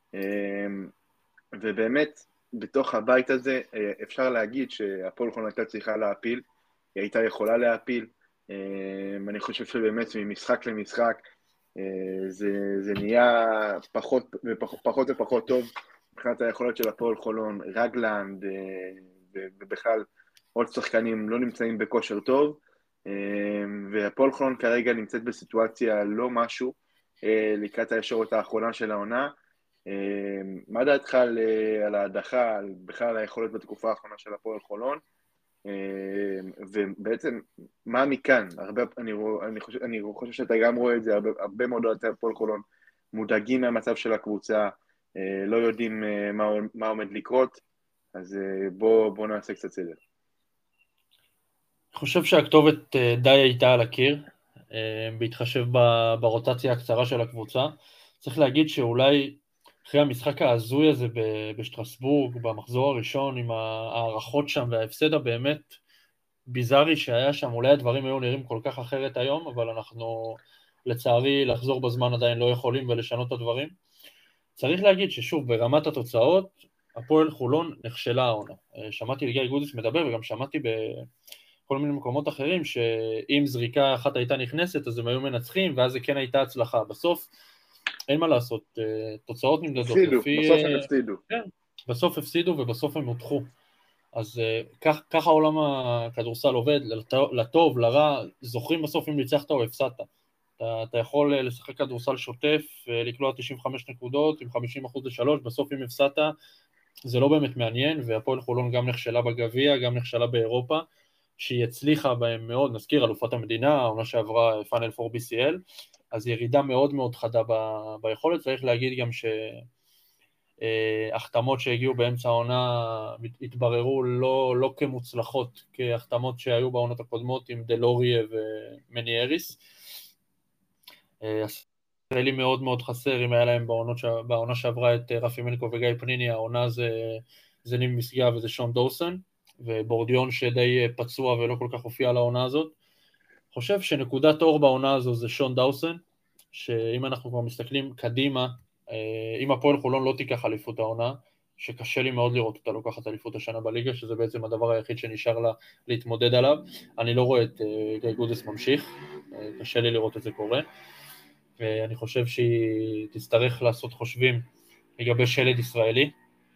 ובאמת בתוך הבית הזה אפשר להגיד שהפועל חולון הייתה צריכה להפיל, היא הייתה יכולה להפיל, אני חושב שבאמת ממשחק למשחק זה נהיה פחות ופחות טוב מבחינת היכולת של הפועל חולון, רגלנד ובכלל עוד שחקנים לא נמצאים בכושר טוב, והפועל חולון כרגע נמצאת בסיטואציה לא משהו לקראת הישורת האחרונה של העונה. מה דעתך על ההדחה, בכלל היכולת בתקופה האחרונה של הפועל חולון, ובעצם מה מכאן? אני חושב שאתה גם רואה את זה, הרבה מאוד אוהדי הפועל חולון מודאגים מהמצב של הקבוצה, לא יודעים מה עומד לקרות, אז בוא נעשה קצת סדר. אני חושב שהכתובת די הייתה על הקיר, בהתחשב ברוטציה הקצרה של הקבוצה. צריך להגיד שאולי אחרי המשחק ההזוי הזה בשטרסבורג, במחזור הראשון, עם הערכות שם וההפסד הבאמת ביזארי שהיה שם, אולי הדברים היו נראים כל כך אחרת היום, אבל אנחנו לצערי לחזור בזמן עדיין לא יכולים ולשנות את הדברים. צריך להגיד ששוב, ברמת התוצאות, הפועל חולון נכשלה העונה. שמעתי לגיא גודס מדבר, וגם שמעתי בכל מיני מקומות אחרים, שאם זריקה אחת הייתה נכנסת, אז הם היו מנצחים, ואז זה כן הייתה הצלחה. בסוף, אין מה לעשות, תוצאות נמדדות הפסידו, לפי... בסוף הם הפסידו. כן, בסוף הפסידו ובסוף הם הותחו. אז ככה עולם הכדורסל עובד, לטוב, לרע, זוכרים בסוף אם ניצחת או הפסדת. אתה יכול לשחק כדורסל שוטף, לקלוע 95 נקודות עם 50% ל-3, בסוף אם הפסדת, זה לא באמת מעניין, והפועל חולון גם נכשלה בגביע, גם נכשלה באירופה, שהיא הצליחה בהם מאוד, נזכיר, אלופת המדינה, העונה שעברה פאנל 4 BCL, אז ירידה מאוד מאוד חדה ביכולת, צריך להגיד גם החתמות שהגיעו באמצע העונה התבררו לא כמוצלחות, כהחתמות שהיו בעונות הקודמות עם דלוריה ומניאריס. ישראלי מאוד מאוד חסר, אם היה להם בעונה שעברה את רפי מלקו וגיא פניני, העונה זה נים משגב וזה שון דורסון, ובורדיון שדי פצוע ולא כל כך הופיע לעונה הזאת. חושב שנקודת אור בעונה הזו זה שון דאוסון, שאם אנחנו כבר מסתכלים קדימה, אם הפועל חולון לא תיקח אליפות העונה, שקשה לי מאוד לראות אותה לוקחת אליפות השנה בליגה, שזה בעצם הדבר היחיד שנשאר לה להתמודד עליו, אני לא רואה את גיא גודס ממשיך, קשה לי לראות את זה קורה, ואני חושב שהיא תצטרך לעשות חושבים לגבי שלד ישראלי,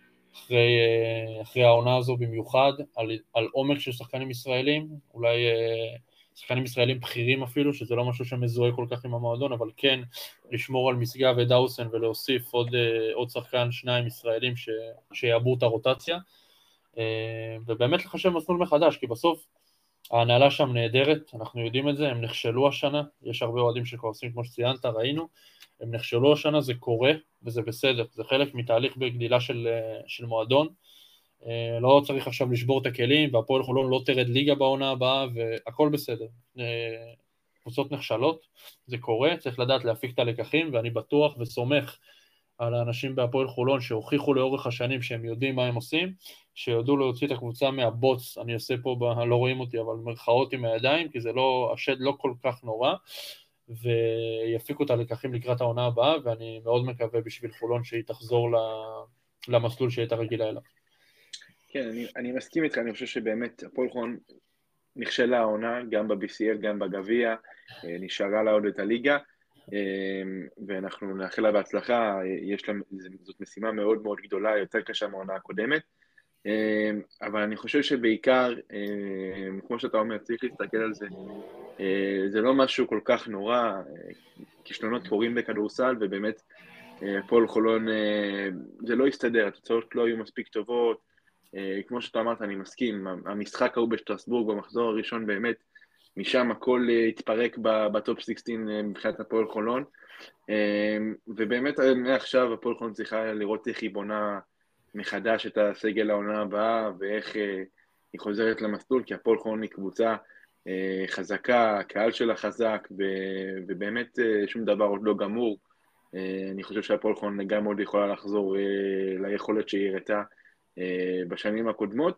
אחרי העונה הזו במיוחד, על עומק של שחקנים ישראלים, אולי שחקנים ישראלים בכירים אפילו, שזה לא משהו שמזוהה כל כך עם המועדון, אבל כן לשמור על משגב ודאוסן ולהוסיף עוד שחקן, שניים ישראלים שיעברו את הרוטציה, ובאמת לחשב מסלול מחדש, כי בסוף ההנהלה שם נהדרת, אנחנו יודעים את זה, הם נכשלו השנה, יש הרבה אוהדים שכועסים כמו שציינת, ראינו, הם נכשלו השנה, זה קורה וזה בסדר, זה חלק מתהליך בגדילה של מועדון, לא צריך עכשיו לשבור את הכלים, והפועל חולון לא תרד ליגה בעונה הבאה, והכל בסדר. קבוצות נכשלות, זה קורה, צריך לדעת להפיק את הלקחים, ואני בטוח וסומך על האנשים בהפועל חולון, שהוכיחו לאורך השנים שהם יודעים מה הם עושים, שיודעו להוציא את הקבוצה מהבוץ, אני עושה פה, לא רואים אותי, אבל מרכאות עם הידיים, כי זה לא, השד לא כל כך נורא, ויפיקו את הלקחים לקראת העונה הבאה, ואני מאוד מקווה בשביל חולון שהיא תחזור למסלול שהייתה רגילה אליו. כן, אני מסכים איתך, אני חושב שבאמת הפועל חולון נכשלה העונה, גם ב-BCL, גם בגביע, נשארה לה עוד את הליגה, ואנחנו נאחל לה בהצלחה, זאת משימה מאוד מאוד גדולה, יותר קשה מהעונה הקודמת, אבל אני חושב שבעיקר, כמו שאתה אומר, צריך להסתכל על זה, זה לא משהו כל כך נורא, כישלונות קורים בכדורסל, ובאמת, הפועל חולון, זה לא הסתדר, התוצאות לא היו מספיק טובות, כמו שאתה אמרת, אני מסכים, המשחק ההוא בשטרסבורג במחזור הראשון באמת, משם הכל התפרק בטופ 16 מבחינת הפועל חולון, ובאמת מעכשיו הפועל חולון צריכה לראות איך היא בונה מחדש את הסגל העונה הבאה, ואיך היא חוזרת למסלול, כי הפועל חולון היא קבוצה חזקה, הקהל שלה חזק, ובאמת שום דבר עוד לא גמור, אני חושב שהפועל חולון גם עוד יכולה לחזור ליכולת שהיא הראתה, בשנים הקודמות,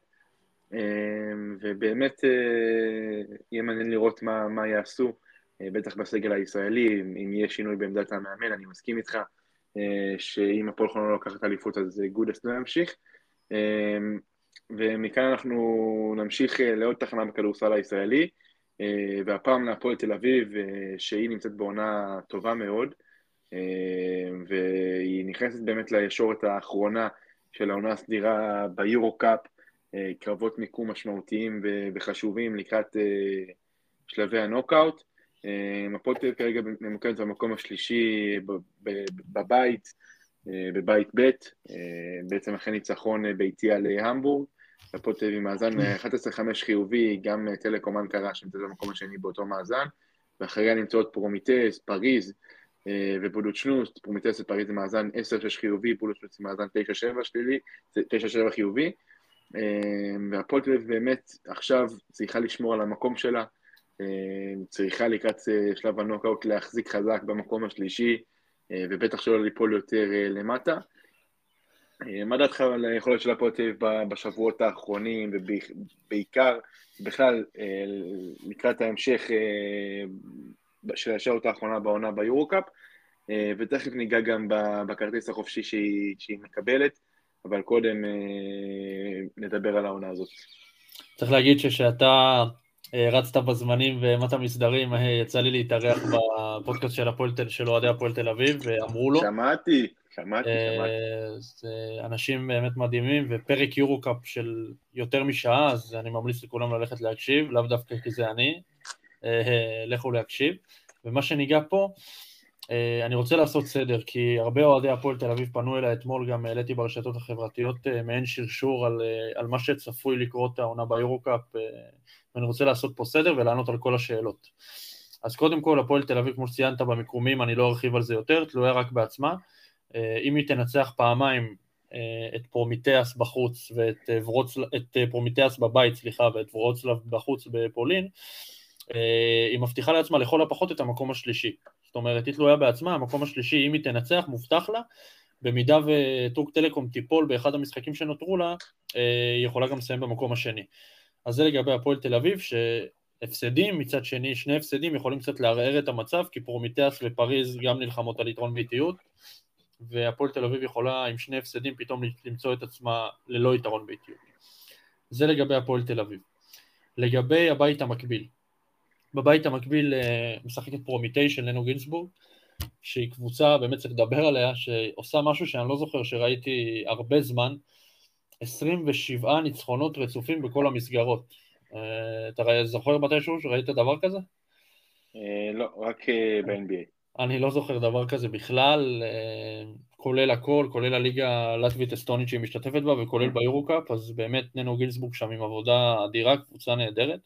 ובאמת יהיה מעניין לראות מה יעשו, בטח בסגל הישראלי, אם יהיה שינוי בעמדת המאמן, אני מסכים איתך, שאם הפועל חולון לא לקחת אליפות אז גודס לא ימשיך, ומכאן אנחנו נמשיך לעוד תחנה בכדורסל הישראלי, והפעם להפועל תל אביב, שהיא נמצאת בעונה טובה מאוד, והיא נכנסת באמת לישורת האחרונה, של העונה הסדירה ביורו-קאפ, קרבות מיקום משמעותיים וחשובים לקראת שלבי הנוקאוט. הפועל תל אביב כרגע ממוקמת במקום השלישי בבית ב', בעצם אחרי ניצחון ביתי על המבורג. הפועל תל אביב עם מאזן 11-5 חיובי, גם טלקום אנקרה שנמצאת במקום השני באותו מאזן, ואחריה נמצאות פרומיטס, פריז, ובולוצ'נוס, פרומיטס ופריז זה מאזן 10-6 חיובי, בולוצ'נוס זה מאזן 9-7 שלילי, 9-7 חיובי, והפועל תל אביב באמת עכשיו צריכה לשמור על המקום שלה, צריכה לקראת שלב הנוקאוט להחזיק חזק במקום השלישי, ובטח שלא ליפול יותר למטה. מה דעתך על היכולת של הפועל תל אביב בשבועות האחרונים, ובעיקר בכלל לקראת ההמשך של השעות האחרונה בעונה ביורו-קאפ, ותכף ניגע גם בכרטיס החופשי שהיא מקבלת, אבל קודם נדבר על העונה הזאת. צריך להגיד שכשאתה רצת בזמנים והעמדת מסדרים, יצא לי להתארח בפודקאסט של אוהדי הפועל תל אביב, ואמרו לו. שמעתי. זה אנשים באמת מדהימים, ופרק יורו-קאפ של יותר משעה, אז אני ממליץ לכולם ללכת להקשיב, לאו דווקא כי זה אני, לכו להקשיב. ומה שניגע פה, אני רוצה לעשות סדר, כי הרבה אוהדי הפועל תל אביב פנו אליי אתמול, גם העליתי ברשתות החברתיות מעין שרשור על מה שצפוי לקרות העונה ביורו-קאפ, ואני רוצה לעשות פה סדר ולענות על כל השאלות. אז קודם כל, הפועל תל אביב, כמו שציינת במיקומים, אני לא ארחיב על זה יותר, תלויה רק בעצמה. אם היא תנצח פעמיים את פרומיטאס בחוץ, את פרומיטאס בבית, סליחה, ואת ורוצלב בחוץ בפולין, היא מבטיחה לעצמה לכל הפחות את המקום השלישי. זאת אומרת, היא תלויה בעצמה, המקום השלישי, אם היא תנצח, מובטח לה, במידה וטורק טלקום תיפול באחד המשחקים שנותרו לה, היא יכולה גם לסיים במקום השני. אז זה לגבי הפועל תל אביב, שהפסדים, מצד שני, שני הפסדים יכולים קצת לערער את המצב, כי פרומיטאס ופריז גם נלחמות על יתרון ביתיות, והפועל תל אביב יכולה עם שני הפסדים פתאום למצוא את עצמה ללא יתרון ביתיות. זה לגבי הפועל תל אביב. לגבי הבית המקביל. בבית המקביל משחקת פרומיטי של ננו גינסבורג, שהיא קבוצה, באמת צריך לדבר עליה, שעושה משהו שאני לא זוכר שראיתי הרבה זמן, 27 ניצחונות רצופים בכל המסגרות. אתה זוכר מתישהו שראית דבר כזה? לא, רק ב-NBA. אני לא זוכר דבר כזה בכלל, כולל הכל, כולל הליגה הלטבית אסטונית שהיא משתתפת בה, וכולל ביורו-קאפ, אז באמת ננו גינסבורג שם עם עבודה אדירה, קבוצה נהדרת.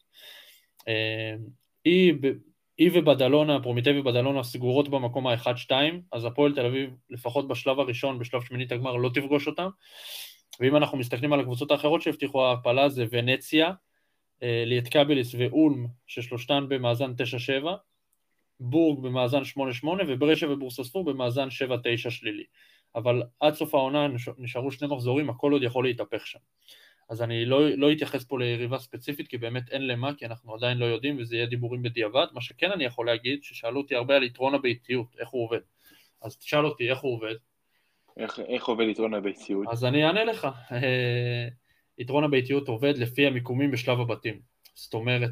היא ובדלונה, פרומיטי ובדלונה סגורות במקום ה-1-2, אז הפועל תל אביב, לפחות בשלב הראשון, בשלב שמינית הגמר, לא תפגוש אותם. ואם אנחנו מסתכלים על הקבוצות האחרות שהבטיחו ההפלה, זה ונציה, ליטקביליס ואולם, ששלושתן במאזן 9-7, בורג במאזן 8-8, וברשע ובורסספור במאזן 7-9 שלילי. אבל עד סוף העונה נשארו שני מחזורים, הכל עוד יכול להתהפך שם. אז אני לא אתייחס פה ליריבה ספציפית, כי באמת אין למה, כי אנחנו עדיין לא יודעים, וזה יהיה דיבורים בדיעבד. מה שכן אני יכול להגיד, ששאלו אותי הרבה על יתרון הביתיות, איך הוא עובד. אז תשאל אותי איך הוא עובד. איך עובד יתרון הביתיות? אז אני אענה לך. יתרון הביתיות עובד לפי המיקומים בשלב הבתים. זאת אומרת,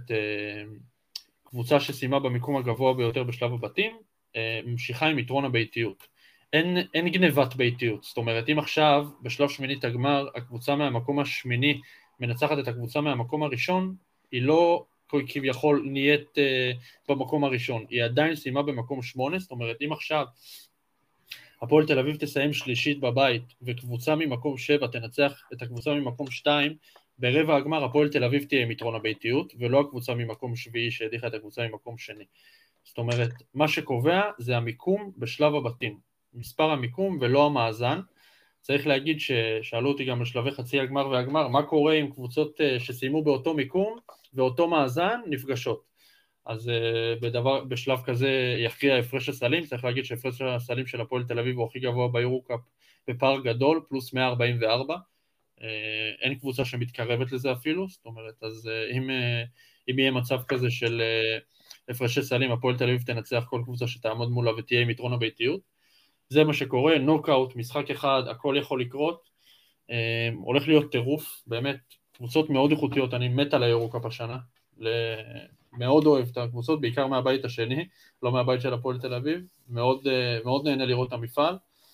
קבוצה שסיימה במיקום הגבוה ביותר בשלב הבתים, ממשיכה עם יתרון הביתיות. אין גנבת ביתיות, זאת אומרת, אם עכשיו, בשלב שמינית הגמר, הקבוצה מהמקום השמיני מנצחת את הקבוצה מהמקום הראשון, היא לא כביכול נהיית במקום הראשון, היא עדיין סיימה במקום 8, זאת אומרת, אם עכשיו הפועל תל אביב תסיים שלישית בבית, וקבוצה ממקום 7 תנצח את הקבוצה ממקום 2, ברבע הגמר הפועל תל אביב תהיה עם יתרון הביתיות, ולא הקבוצה ממקום שביעי שהדיחה את הקבוצה ממקום שני. זאת אומרת, מה שקובע זה המיקום בשלב הבתים. מספר המיקום ולא המאזן. צריך להגיד ששאלו אותי גם לשלבי חצי הגמר והגמר, מה קורה עם קבוצות שסיימו באותו מיקום ואותו מאזן נפגשות. אז בשלב כזה יכריע הפרש הסלים, צריך להגיד שהפרש הסלים של הפועל תל אביב הוא הכי גבוה ביורו-קאפ בפער גדול, פלוס 144, אין קבוצה שמתקרבת לזה אפילו, זאת אומרת, אז אם יהיה מצב כזה של הפרשי סלים, הפועל תל אביב תנצח כל קבוצה שתעמוד מולה ותהיה עם יתרון הביתיות, זה מה שקורה, נוקאוט, משחק אחד, הכל יכול לקרות, הולך להיות טירוף, באמת, קבוצות מאוד איכותיות, אני מת על היורו-קאפ השנה, מאוד אוהב את הקבוצות, בעיקר מהבית השני, לא מהבית של הפועל תל אביב, מאוד, מאוד נהנה לראות את המפעל,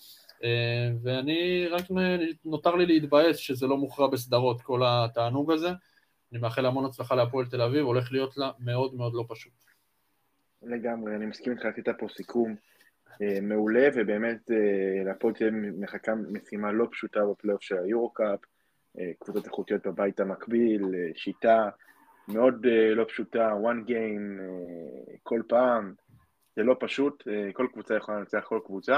ואני רק נותר לי להתבאס שזה לא מוכרע בסדרות כל התענוג הזה, אני מאחל המון הצלחה להפועל תל אביב, הולך להיות לה מאוד מאוד לא פשוט. לגמרי, אני מסכים איתך, עשית פה סיכום מעולה, ובאמת להפועל תל אביב מחכה משימה לא פשוטה בפלייאוף של היורו-קאפ, קבוצות איכותיות בבית המקביל, שיטה מאוד לא פשוטה, one game, כל פעם, זה לא פשוט, כל קבוצה יכולה לנצח כל קבוצה,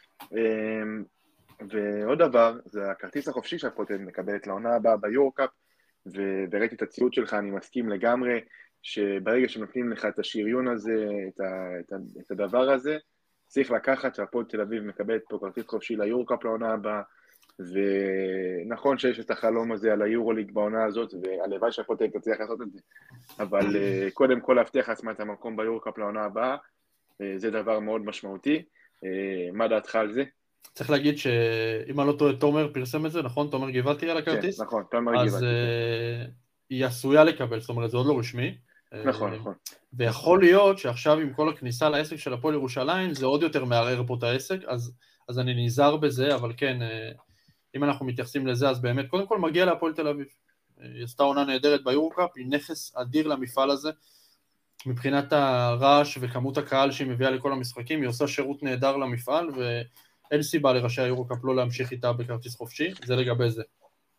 ועוד דבר, זה הכרטיס החופשי שהפועל תל אביב מקבלת לעונה הבאה ביורו-קאפ, וראיתי את הציוד שלך, אני מסכים לגמרי, שברגע שנותנים לך את השריון הזה, את הדבר הזה, צריך לקחת שהפועל תל אביב מקבלת פה כרטיס חופשי ליורו-קאפ לעונה הבאה, ונכון שיש את החלום הזה על היורו-ליג בעונה הזאת, והלוואי שהפועל תל אביב תצליח לעשות את זה, אבל קודם כל להבטיח לעצמה את המקום ביורו-קאפ לעונה הבאה, זה דבר מאוד משמעותי. מה דעתך על זה? צריך להגיד שאם אני לא טועה, תומר פרסם את זה, נכון? תומר גבעתי על הכרטיס? כן, נכון, תומר אז גבעתי. היא עשויה לקבל, זאת אומרת, זה עוד לא רשמי. נכון, נכון. ויכול להיות שעכשיו עם כל הכניסה לעסק של הפועל ירושלים, זה עוד יותר מערער פה את העסק, אז אני נזהר בזה, אבל כן, אם אנחנו מתייחסים לזה, אז באמת, קודם כל מגיע להפועל תל אביב. היא עשתה עונה נהדרת ביורוקאפ, היא נכס אדיר למפעל הזה, מבחינת הרעש וכמות הקהל שהיא מביאה לכל המשחקים, היא עושה שירות נהדר למפעל, ואין סיבה לראשי היורוקאפ לא להמשיך איתה בכרטיס חופשי, זה לגבי זה.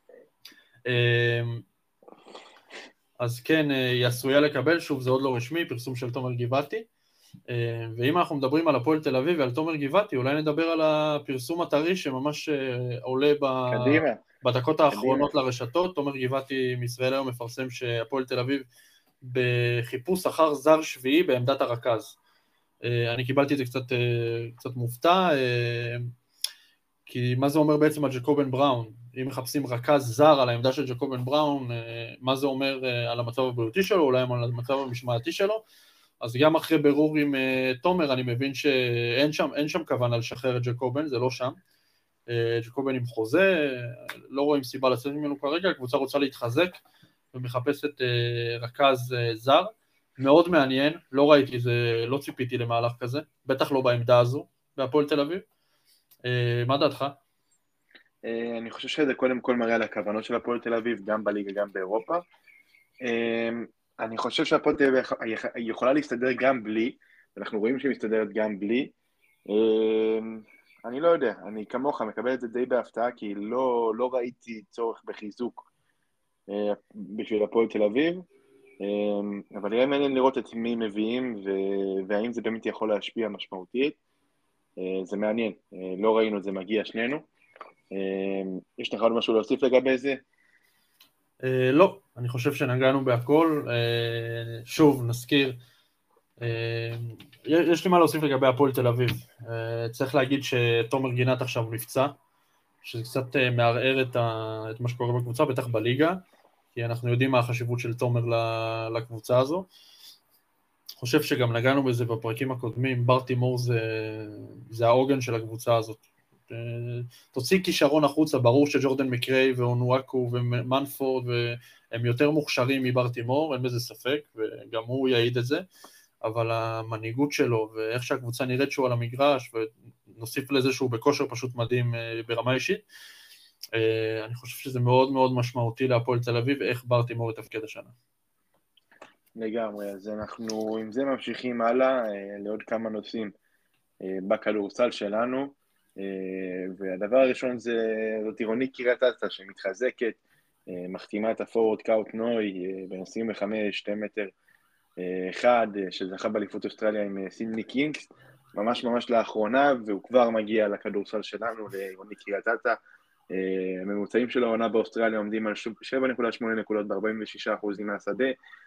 אז כן, היא עשויה לקבל, שוב זה עוד לא רשמי, פרסום של תומר גבעתי, ואם אנחנו מדברים על הפועל תל אביב ועל תומר גבעתי, אולי נדבר על הפרסום הטרי שממש עולה בדקות האחרונות לרשתות. תומר גבעתי מישראל היום מפרסם שהפועל תל אביב בחיפוש אחר זר שביעי בעמדת הרכז. אני קיבלתי את זה קצת מופתע, כי מה זה אומר בעצם על ג'קובן בראון? אם מחפשים רכז זר על העמדה של ג'קובן בראון, מה זה אומר על המצב הבריאותי שלו, אולי על המצב המשמעתי שלו? אז גם אחרי בירור עם תומר, אני מבין שאין שם כוונה לשחרר את ג'קובן, זה לא שם. ג'קובן עם חוזה, לא רואים סיבה לצאת ממנו כרגע, הקבוצה רוצה להתחזק ומחפשת רכז זר. מאוד מעניין, לא ראיתי זה, לא ציפיתי למהלך כזה, בטח לא בעמדה הזו, בהפועל תל אביב. מה דעתך? אני חושב שזה קודם כל מראה על הכוונות של הפועל תל אביב, גם בליגה, גם באירופה. אני חושב שהפועל תל אביב יכולה להסתדר גם בלי, אנחנו רואים שהיא מסתדרת גם בלי. אני לא יודע, אני כמוך מקבל את זה די בהפתעה, כי לא ראיתי צורך בחיזוק בשביל הפועל תל אביב, אבל יהיה מעניין לראות את מי מביאים, והאם זה באמת יכול להשפיע משמעותית. זה מעניין, לא ראינו את זה מגיע שנינו. יש לך עוד משהו להוסיף לגבי זה? לא, אני חושב שנגענו בהכל. שוב, נזכיר, יש לי מה להוסיף לגבי הפועל תל אביב. צריך להגיד שתומר גינת עכשיו נפצע, שזה קצת מערער את מה שקורה בקבוצה, בטח בליגה, כי אנחנו יודעים מה החשיבות של תומר לקבוצה הזו. חושב שגם נגענו בזה בפרקים הקודמים, ברטימור זה העוגן של הקבוצה הזאת. תוציא כישרון החוצה, ברור שג'ורדן מקריי ואונואקו ומנפורד הם יותר מוכשרים מברטימור, אין בזה ספק, וגם הוא יעיד את זה, אבל המנהיגות שלו ואיך שהקבוצה נראית שהוא על המגרש, ונוסיף לזה שהוא בכושר פשוט מדהים ברמה אישית, אני חושב שזה מאוד מאוד משמעותי להפועל תל אביב, איך ברטימור יתפקד השנה. לגמרי, אז אנחנו עם זה ממשיכים הלאה לעוד כמה נושאים בכדורסל שלנו, והדבר הראשון זאת עירוני קריית אתא שמתחזקת, מחתימה את הפורוורד קאוט נוי, בן 25, 2 מטר 1, שזכה באליפות אוסטרליה עם סידני קינגס, ממש ממש לאחרונה, והוא כבר מגיע לכדורסל שלנו, לעירוני קריית אתא. הממוצעים של העונה באוסטרליה עומדים על 7.8 נקודות ב-46% מהשדה,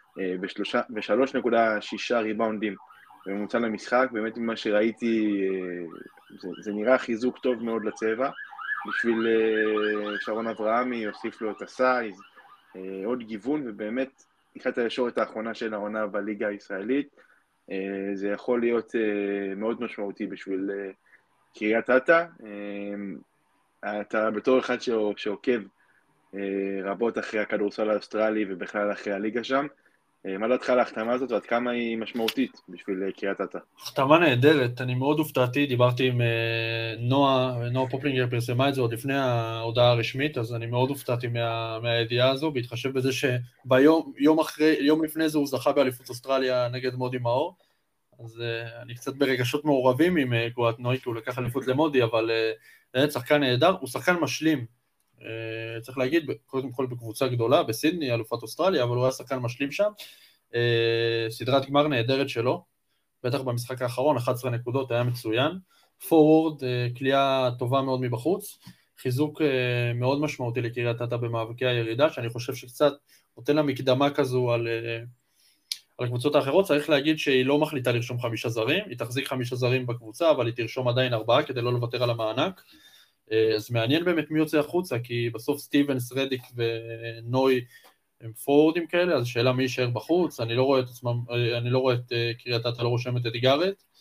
ו3.6 ריבאונדים בממוצע למשחק. באמת ממה שראיתי, זה נראה חיזוק טוב מאוד לצבע, בשביל שרון אברהמי יוסיף לו את הסייז, עוד גיוון, ובאמת לקראת הישורת האחרונה של העונה בליגה הישראלית, זה יכול להיות מאוד משמעותי בשביל קריית אתא. אתה בתור אחד שעוקב רבות אחרי הכדורסל האוסטרלי ובכלל אחרי הליגה שם, מה דעתך להחתמה הזאת ועד כמה היא משמעותית בשביל קריית אתא? החתמה נהדרת, אני מאוד הופתעתי, דיברתי עם נועה פופלינגר, פרסמה את זה עוד לפני ההודעה הרשמית, אז אני מאוד הופתעתי מהידיעה הזו, בהתחשב בזה יום לפני זה הוא זכה באליפות אוסטרליה נגד מודי מאור, אז אני קצת ברגשות מעורבים עם קוואט נוי, כי הוא לקח אליפות למודי, אבל באמת שחקן נהדר, הוא שחקן משלים, צריך להגיד, קודם כל בקבוצה גדולה, בסידני, אלופת אוסטרליה, אבל הוא היה שחקן משלים שם, סדרת גמר נהדרת שלו, בטח במשחק האחרון, 11 נקודות, היה מצוין, פורוורד, קליעה טובה מאוד מבחוץ, חיזוק מאוד משמעותי לקריית אתא במאבקי הירידה, שאני חושב שקצת נותן לה מקדמה כזו על הקבוצות האחרות. צריך להגיד שהיא לא מחליטה לרשום 5 זרים, היא תחזיק 5 זרים בקבוצה, אבל היא תרשום עדיין 4 כדי לא לוותר על המענק. אז מעניין באמת מי יוצא החוצה, כי בסוף סטיבנס, רדיק ונוי הם פורורדים כאלה, אז שאלה מי יישאר בחוץ. אני לא רואה את קריית אתא לא רושמת את גארט,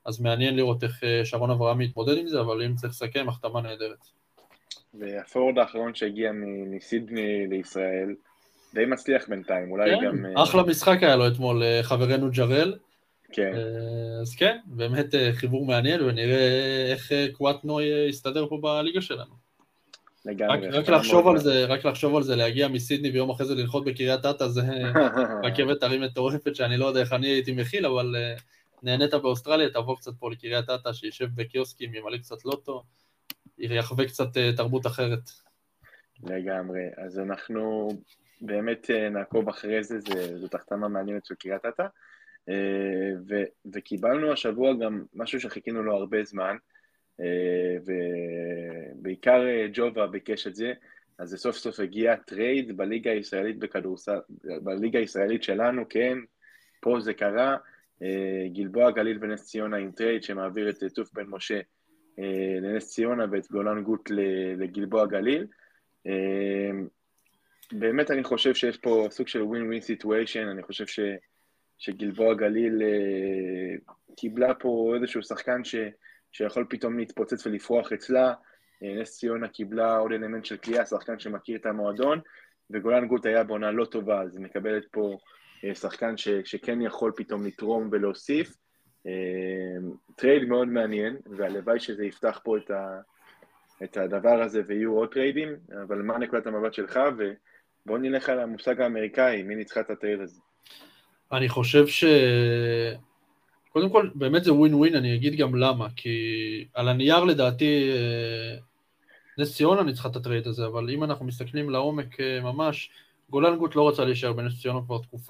אז מעניין לראות איך שרון אברהם מתמודד עם זה, אבל אם צריך לסכם, החתמה נהדרת. והפורד האחרון שהגיע מסידני לישראל, די מצליח בינתיים, אולי כן, גם... אחלה משחק היה לו אתמול, חברנו ג'רל. כן. אז כן, באמת חיבור מעניין, ונראה איך קואטנו יסתדר פה בליגה שלנו. לגמרי. רק לחשוב על זה, להגיע מסידני ויום אחרי זה לנחות בקריית אתא, זה רכבת הרים מטורפת שאני לא יודע איך אני הייתי מכיל, אבל נהנית באוסטרליה, תבוא קצת פה לקריית אתא, שישב בקיוסקים, ימלא קצת לוטו, יחווה קצת תרבות אחרת. לגמרי, אז אנחנו באמת נעקוב אחרי זה, זאת החתמה מעניינת של קריית אתא, וקיבלנו השבוע גם משהו שחיכינו לו הרבה זמן, ובעיקר ג'ובה ביקש את זה, אז זה סוף סוף הגיע טרייד בליגה הישראלית בכדורסל, בליגה הישראלית שלנו, כן, פה זה קרה, גלבוע גליל ונס ציונה עם טרייד שמעביר את טוף בן משה לנס ציונה ואת גולן גוט לגלבוע גליל. באמת אני חושב שיש פה סוג של win-win situation, אני חושב שגלבוע גליל קיבלה פה איזשהו שחקן שיכול פתאום להתפוצץ ולפרוח אצלה, נס ציונה קיבלה עוד אלמנט של קליעה, שחקן שמכיר את המועדון, וגולן גוט היה בעונה לא טובה, אז מקבלת פה שחקן שכן יכול פתאום לתרום ולהוסיף. טרייד מאוד מעניין, והלוואי שזה יפתח פה את הדבר הזה ויהיו עוד טריידים, אבל מה נקודת המבט שלך, ובואו נלך על המושג האמריקאי, מי ניצחה את הטרייד הזה? אני חושב קודם כל, באמת זה ווין ווין, אני אגיד גם למה, כי על הנייר לדעתי נס ציונה ניצחה את הטרייד הזה, אבל אם אנחנו מסתכלים לעומק ממש, גולן גוט לא רצה להישאר בנס ציונה כבר תקופה.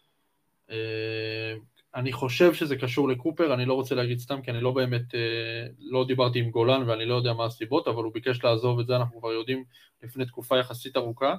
אני חושב שזה קשור לקופר, אני לא רוצה להגיד סתם, כי אני לא באמת, לא דיברתי עם גולן ואני לא יודע מה הסיבות, אבל הוא ביקש לעזוב את זה, אנחנו כבר יודעים לפני תקופה יחסית ארוכה.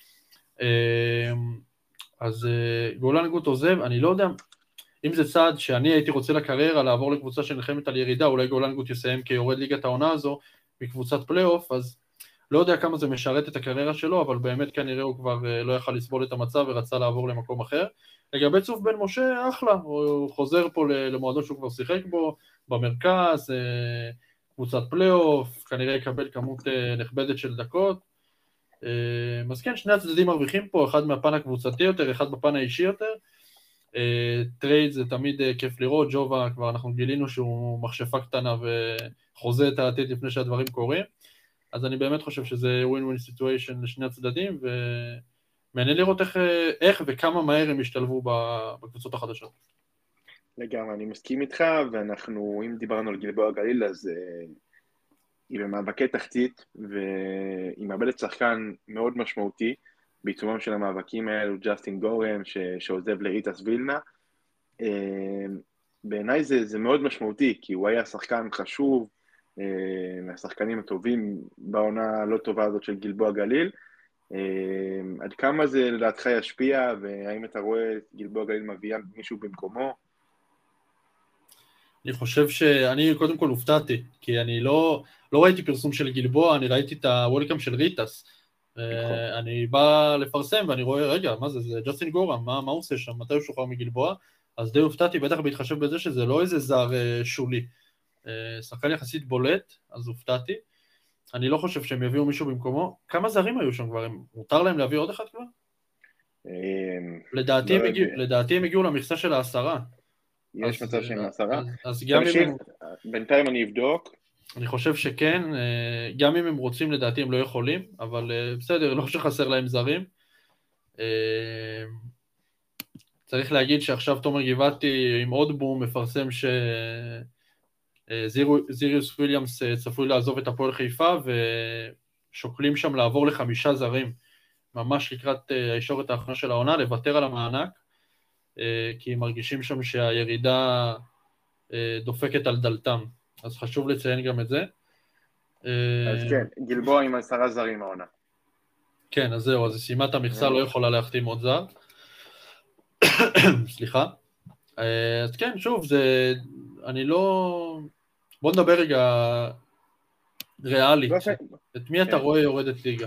אז גולן גוט עוזב, אני לא יודע אם זה צעד שאני הייתי רוצה לקריירה, לעבור לקבוצה שנלחמת על ירידה, אולי גולן גוט יסיים כיורד ליגת העונה הזו, בקבוצת פלייאוף, אז לא יודע כמה זה משרת את הקריירה שלו, אבל באמת כנראה הוא כבר לא יכל לסבול את המצב ורצה לעבור למקום אחר. לגבי צוף בן משה, אחלה, הוא חוזר פה למועדון שהוא כבר שיחק בו, במרכז, קבוצת פלייאוף, כנראה יקבל כמות נכבדת של דקות. אז כן, שני הצדדים מרוויחים פה, אחד מהפן הקבוצתי יותר, אחד בפן האישי יותר. טרייד זה תמיד כיף לראות, ג'ובה כבר אנחנו גילינו שהוא מכשפה קטנה וחוזה את העתיד לפני שהדברים קורים, אז אני באמת חושב שזה win-win situation לשני הצדדים, ומעניין לראות איך וכמה מהר הם ישתלבו בקבוצות החדשות. לגמרי, אני מסכים איתך, ואנחנו, אם דיברנו על גלבוע גליל, אז היא במאבקי תחתית, והיא מאבדת שחקן מאוד משמעותי, בעיצומם של המאבקים האלו, ג'סטין גורם, שעוזב לאיטס וילנה. בעיניי זה מאוד משמעותי, כי הוא היה שחקן חשוב, מהשחקנים הטובים בעונה לא טובה הזאת של גלבוע גליל. עד כמה זה לדעתך ישפיע, והאם אתה רואה את גלבוע גליל מביאה מישהו במקומו? אני חושב שאני קודם כל הופתעתי, כי אני לא ראיתי פרסום של גלבוע, אני ראיתי את הוולקאם של ריטס. אני בא לפרסם ואני רואה, רגע, מה זה? זה ג'סטין גורם, מה הוא עושה שם? מתי הוא שוחרר מגלבוע? אז די הופתעתי, בטח בהתחשב בזה שזה לא איזה זר שולי. שחקן יחסית בולט, אז הופתעתי. אני לא חושב שהם יביאו מישהו במקומו. כמה זרים היו שם כבר? מותר להם להביא עוד אחד כבר? לדעתי הם הגיעו למכסה של 10. יש מצב שהם 10? אז גם אם הם... בינתיים אני אבדוק. אני חושב שכן, גם אם הם רוצים לדעתי הם לא יכולים, אבל בסדר, לא שחסר להם זרים. צריך להגיד שעכשיו תומר גבעתי עם עוד בום מפרסם שזיריוס וויליאמס צפוי לעזוב את הפועל חיפה, ושוקלים שם לעבור ל5 זרים, ממש לקראת הישורת האחרונה של העונה, לוותר על המענק, כי הם מרגישים שם שהירידה דופקת על דלתם. אז חשוב לציין גם את זה. אז כן, גלבוע עם 10 זרים העונה. כן, אז זהו, אז שימת המכסה לא יכולה להחתים עוד זר. סליחה. אז כן, שוב, אני לא... בוא נדבר רגע ריאלית. את מי אתה רואה יורדת ליגה?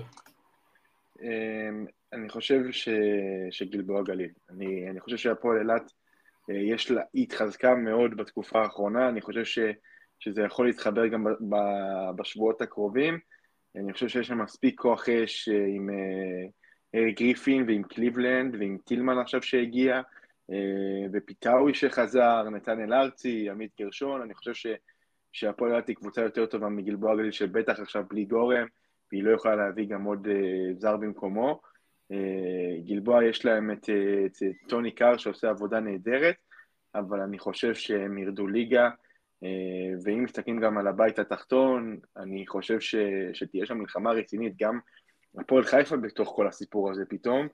אני חושב שגלבוע גליל. אני חושב שהפועל אילת היא התחזקה מאוד בתקופה האחרונה, אני חושב שזה יכול להתחבר גם בשבועות הקרובים, אני חושב שיש שם מספיק כוח אש עם גריפין ועם קליבלנד ועם טילמן עכשיו שהגיע, ופיטאוי שחזר, נתנאל ארצי, עמית גרשון, אני חושב שהפועל אילת היא קבוצה יותר טובה מגלבוע גליל, שבטח עכשיו בלי גורם, והיא לא יכולה להביא גם עוד זר במקומו. גלבוע יש להם את טוני קאר שעושה עבודה נהדרת, אבל אני חושב שהם ירדו ליגה, ואם מסתכלים גם על הבית התחתון, אני חושב שתהיה שם מלחמה רצינית, גם הפועל חיפה בתוך כל הסיפור הזה פתאום.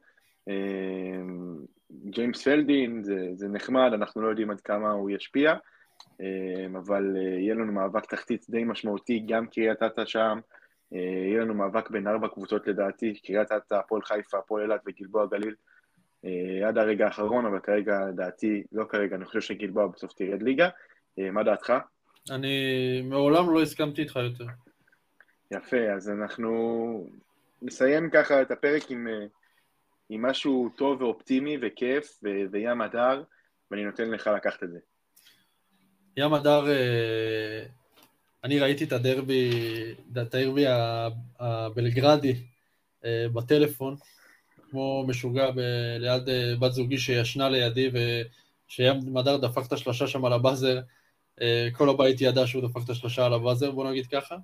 ג'יימס פלדין, זה נחמד, אנחנו לא יודעים עד כמה הוא ישפיע, אבל יהיה לנו מאבק תחתית די משמעותי, גם קריית אתא שם, יהיה לנו מאבק בין 4 קבוצות לדעתי, קריית אתא, הפועל חיפה, הפועל אילת וגלבוע גליל, עד הרגע האחרון, אבל כרגע לדעתי, לא כרגע, אני חושב שגלבוע בסוף תרד ליגה. מה דעתך? אני מעולם לא הסכמתי איתך יותר. יפה, אז אנחנו נסיים ככה את הפרק עם משהו טוב ואופטימי וכיף, וים הדר, ואני נותן לך לקחת את זה. ים הדר, אני ראיתי את הדרבי הבלגרדי בטלפון, כמו משוגע ליד בת זוגי שישנה לידי, ושים הדר דפק את השלושה שם על הבאזר, כל הבית ידע שהוא דפק את השלושה על הבאזר, בוא נגיד ככה.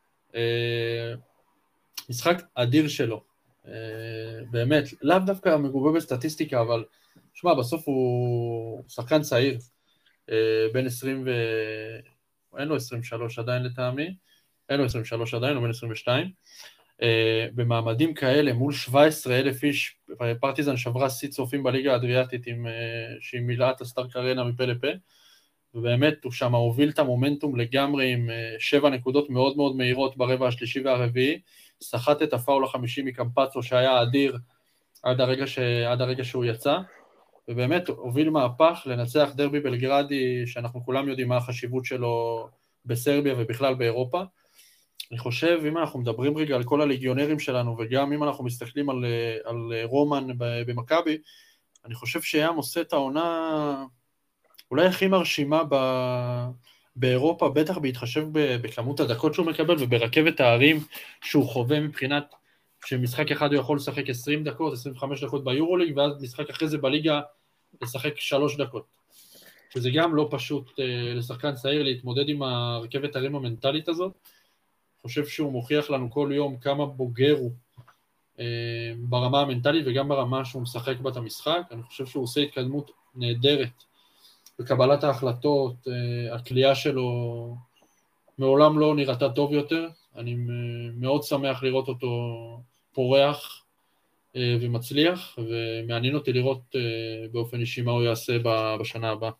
משחק אדיר שלו, באמת, לאו דווקא מגובה בסטטיסטיקה, אבל שמע, בסוף הוא שחקן צעיר, בין 20 אין לו 23 עדיין לטעמי, אין לו 23 עדיין, הוא בין 22, במעמדים כאלה, מול 17,000 איש, פרטיזן שברה שיא צופים בליגה האדריאטית, שהיא מילאה את הסטארק ארנה מפה לפה, ובאמת הוא שם הוביל את המומנטום לגמרי עם 7 נקודות מאוד מאוד מהירות ברבע השלישי והרביעי, שחט את הפאול ה-50 מקמפצו שהיה אדיר עד הרגע שהוא יצא, ובאמת הוביל מהפך לנצח דרבי בלגרדי, שאנחנו כולם יודעים מה החשיבות שלו בסרביה ובכלל באירופה. אני חושב, אם אנחנו מדברים רגע על כל הליגיונרים שלנו, וגם אם אנחנו מסתכלים על רומן במכבי, אני חושב שים עושה את העונה אולי הכי מרשימה באירופה, בטח בהתחשב בכמות הדקות שהוא מקבל, וברכבת הערים שהוא חווה מבחינת שמשחק אחד הוא יכול לשחק 20 דקות, 25 דקות ביורוליג, ואז משחק אחרי זה בליגה לשחק 3 דקות. שזה גם לא פשוט לשחקן צעיר להתמודד עם הרכבת הערים המנטלית הזאת. אני חושב שהוא מוכיח לנו כל יום כמה בוגר הוא ברמה המנטלית, וגם ברמה שהוא משחק בה את המשחק. אני חושב שהוא עושה התקדמות נהדרת בקבלת ההחלטות, הקליעה שלו מעולם לא נראתה טוב יותר, אני מאוד שמח לראות אותו פורח ומצליח, ומעניין אותי לראות באופן אישי מה הוא יעשה בשנה הבאה.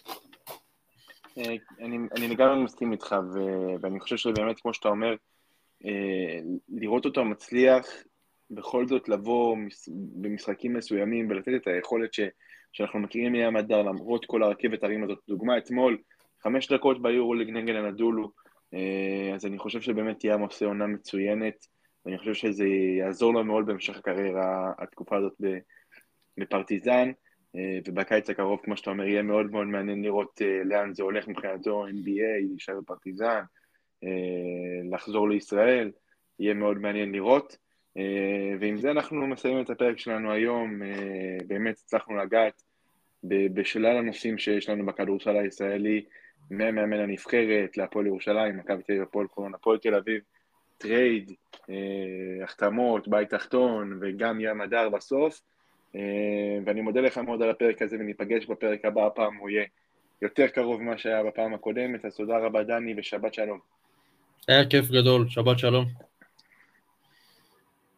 אני לגמרי מסכים איתך, ואני חושב שבאמת כמו שאתה אומר, לראות אותו מצליח, בכל זאת לבוא במשחקים מסוימים ולתת את היכולת שאנחנו מכירים מים הדר, למרות כל הרכבת הרים הזאת. דוגמה אתמול, 5 דקות ביורוליג נגד הנדולו, אז אני חושב שבאמת ים עושה עונה מצוינת, ואני חושב שזה יעזור לו מאוד בהמשך הקריירה, התקופה הזאת בפרטיזן, ובקיץ הקרוב, כמו שאתה אומר, יהיה מאוד מאוד מעניין לראות לאן זה הולך מבחינתו, NBA, להישאר בפרטיזן, לחזור לישראל, יהיה מאוד מעניין לראות. ועם זה אנחנו מסיימים את הפרק שלנו היום, באמת הצלחנו לגעת בשלל הנושאים שיש לנו בכדורסל הישראלי, מהמאמן הנבחרת, להפועל ירושלים, מכבי תל אביב, הפועל חולון, הפועל תל אביב, טרייד, החתמות, בית תחתון, וגם ים הדר בסוף, ואני מודה לך מאוד על הפרק הזה, וניפגש בפרק הבא, הפעם הוא יהיה יותר קרוב ממה שהיה בפעם הקודמת, אז תודה רבה דני ושבת שלום. היה כיף גדול, שבת שלום.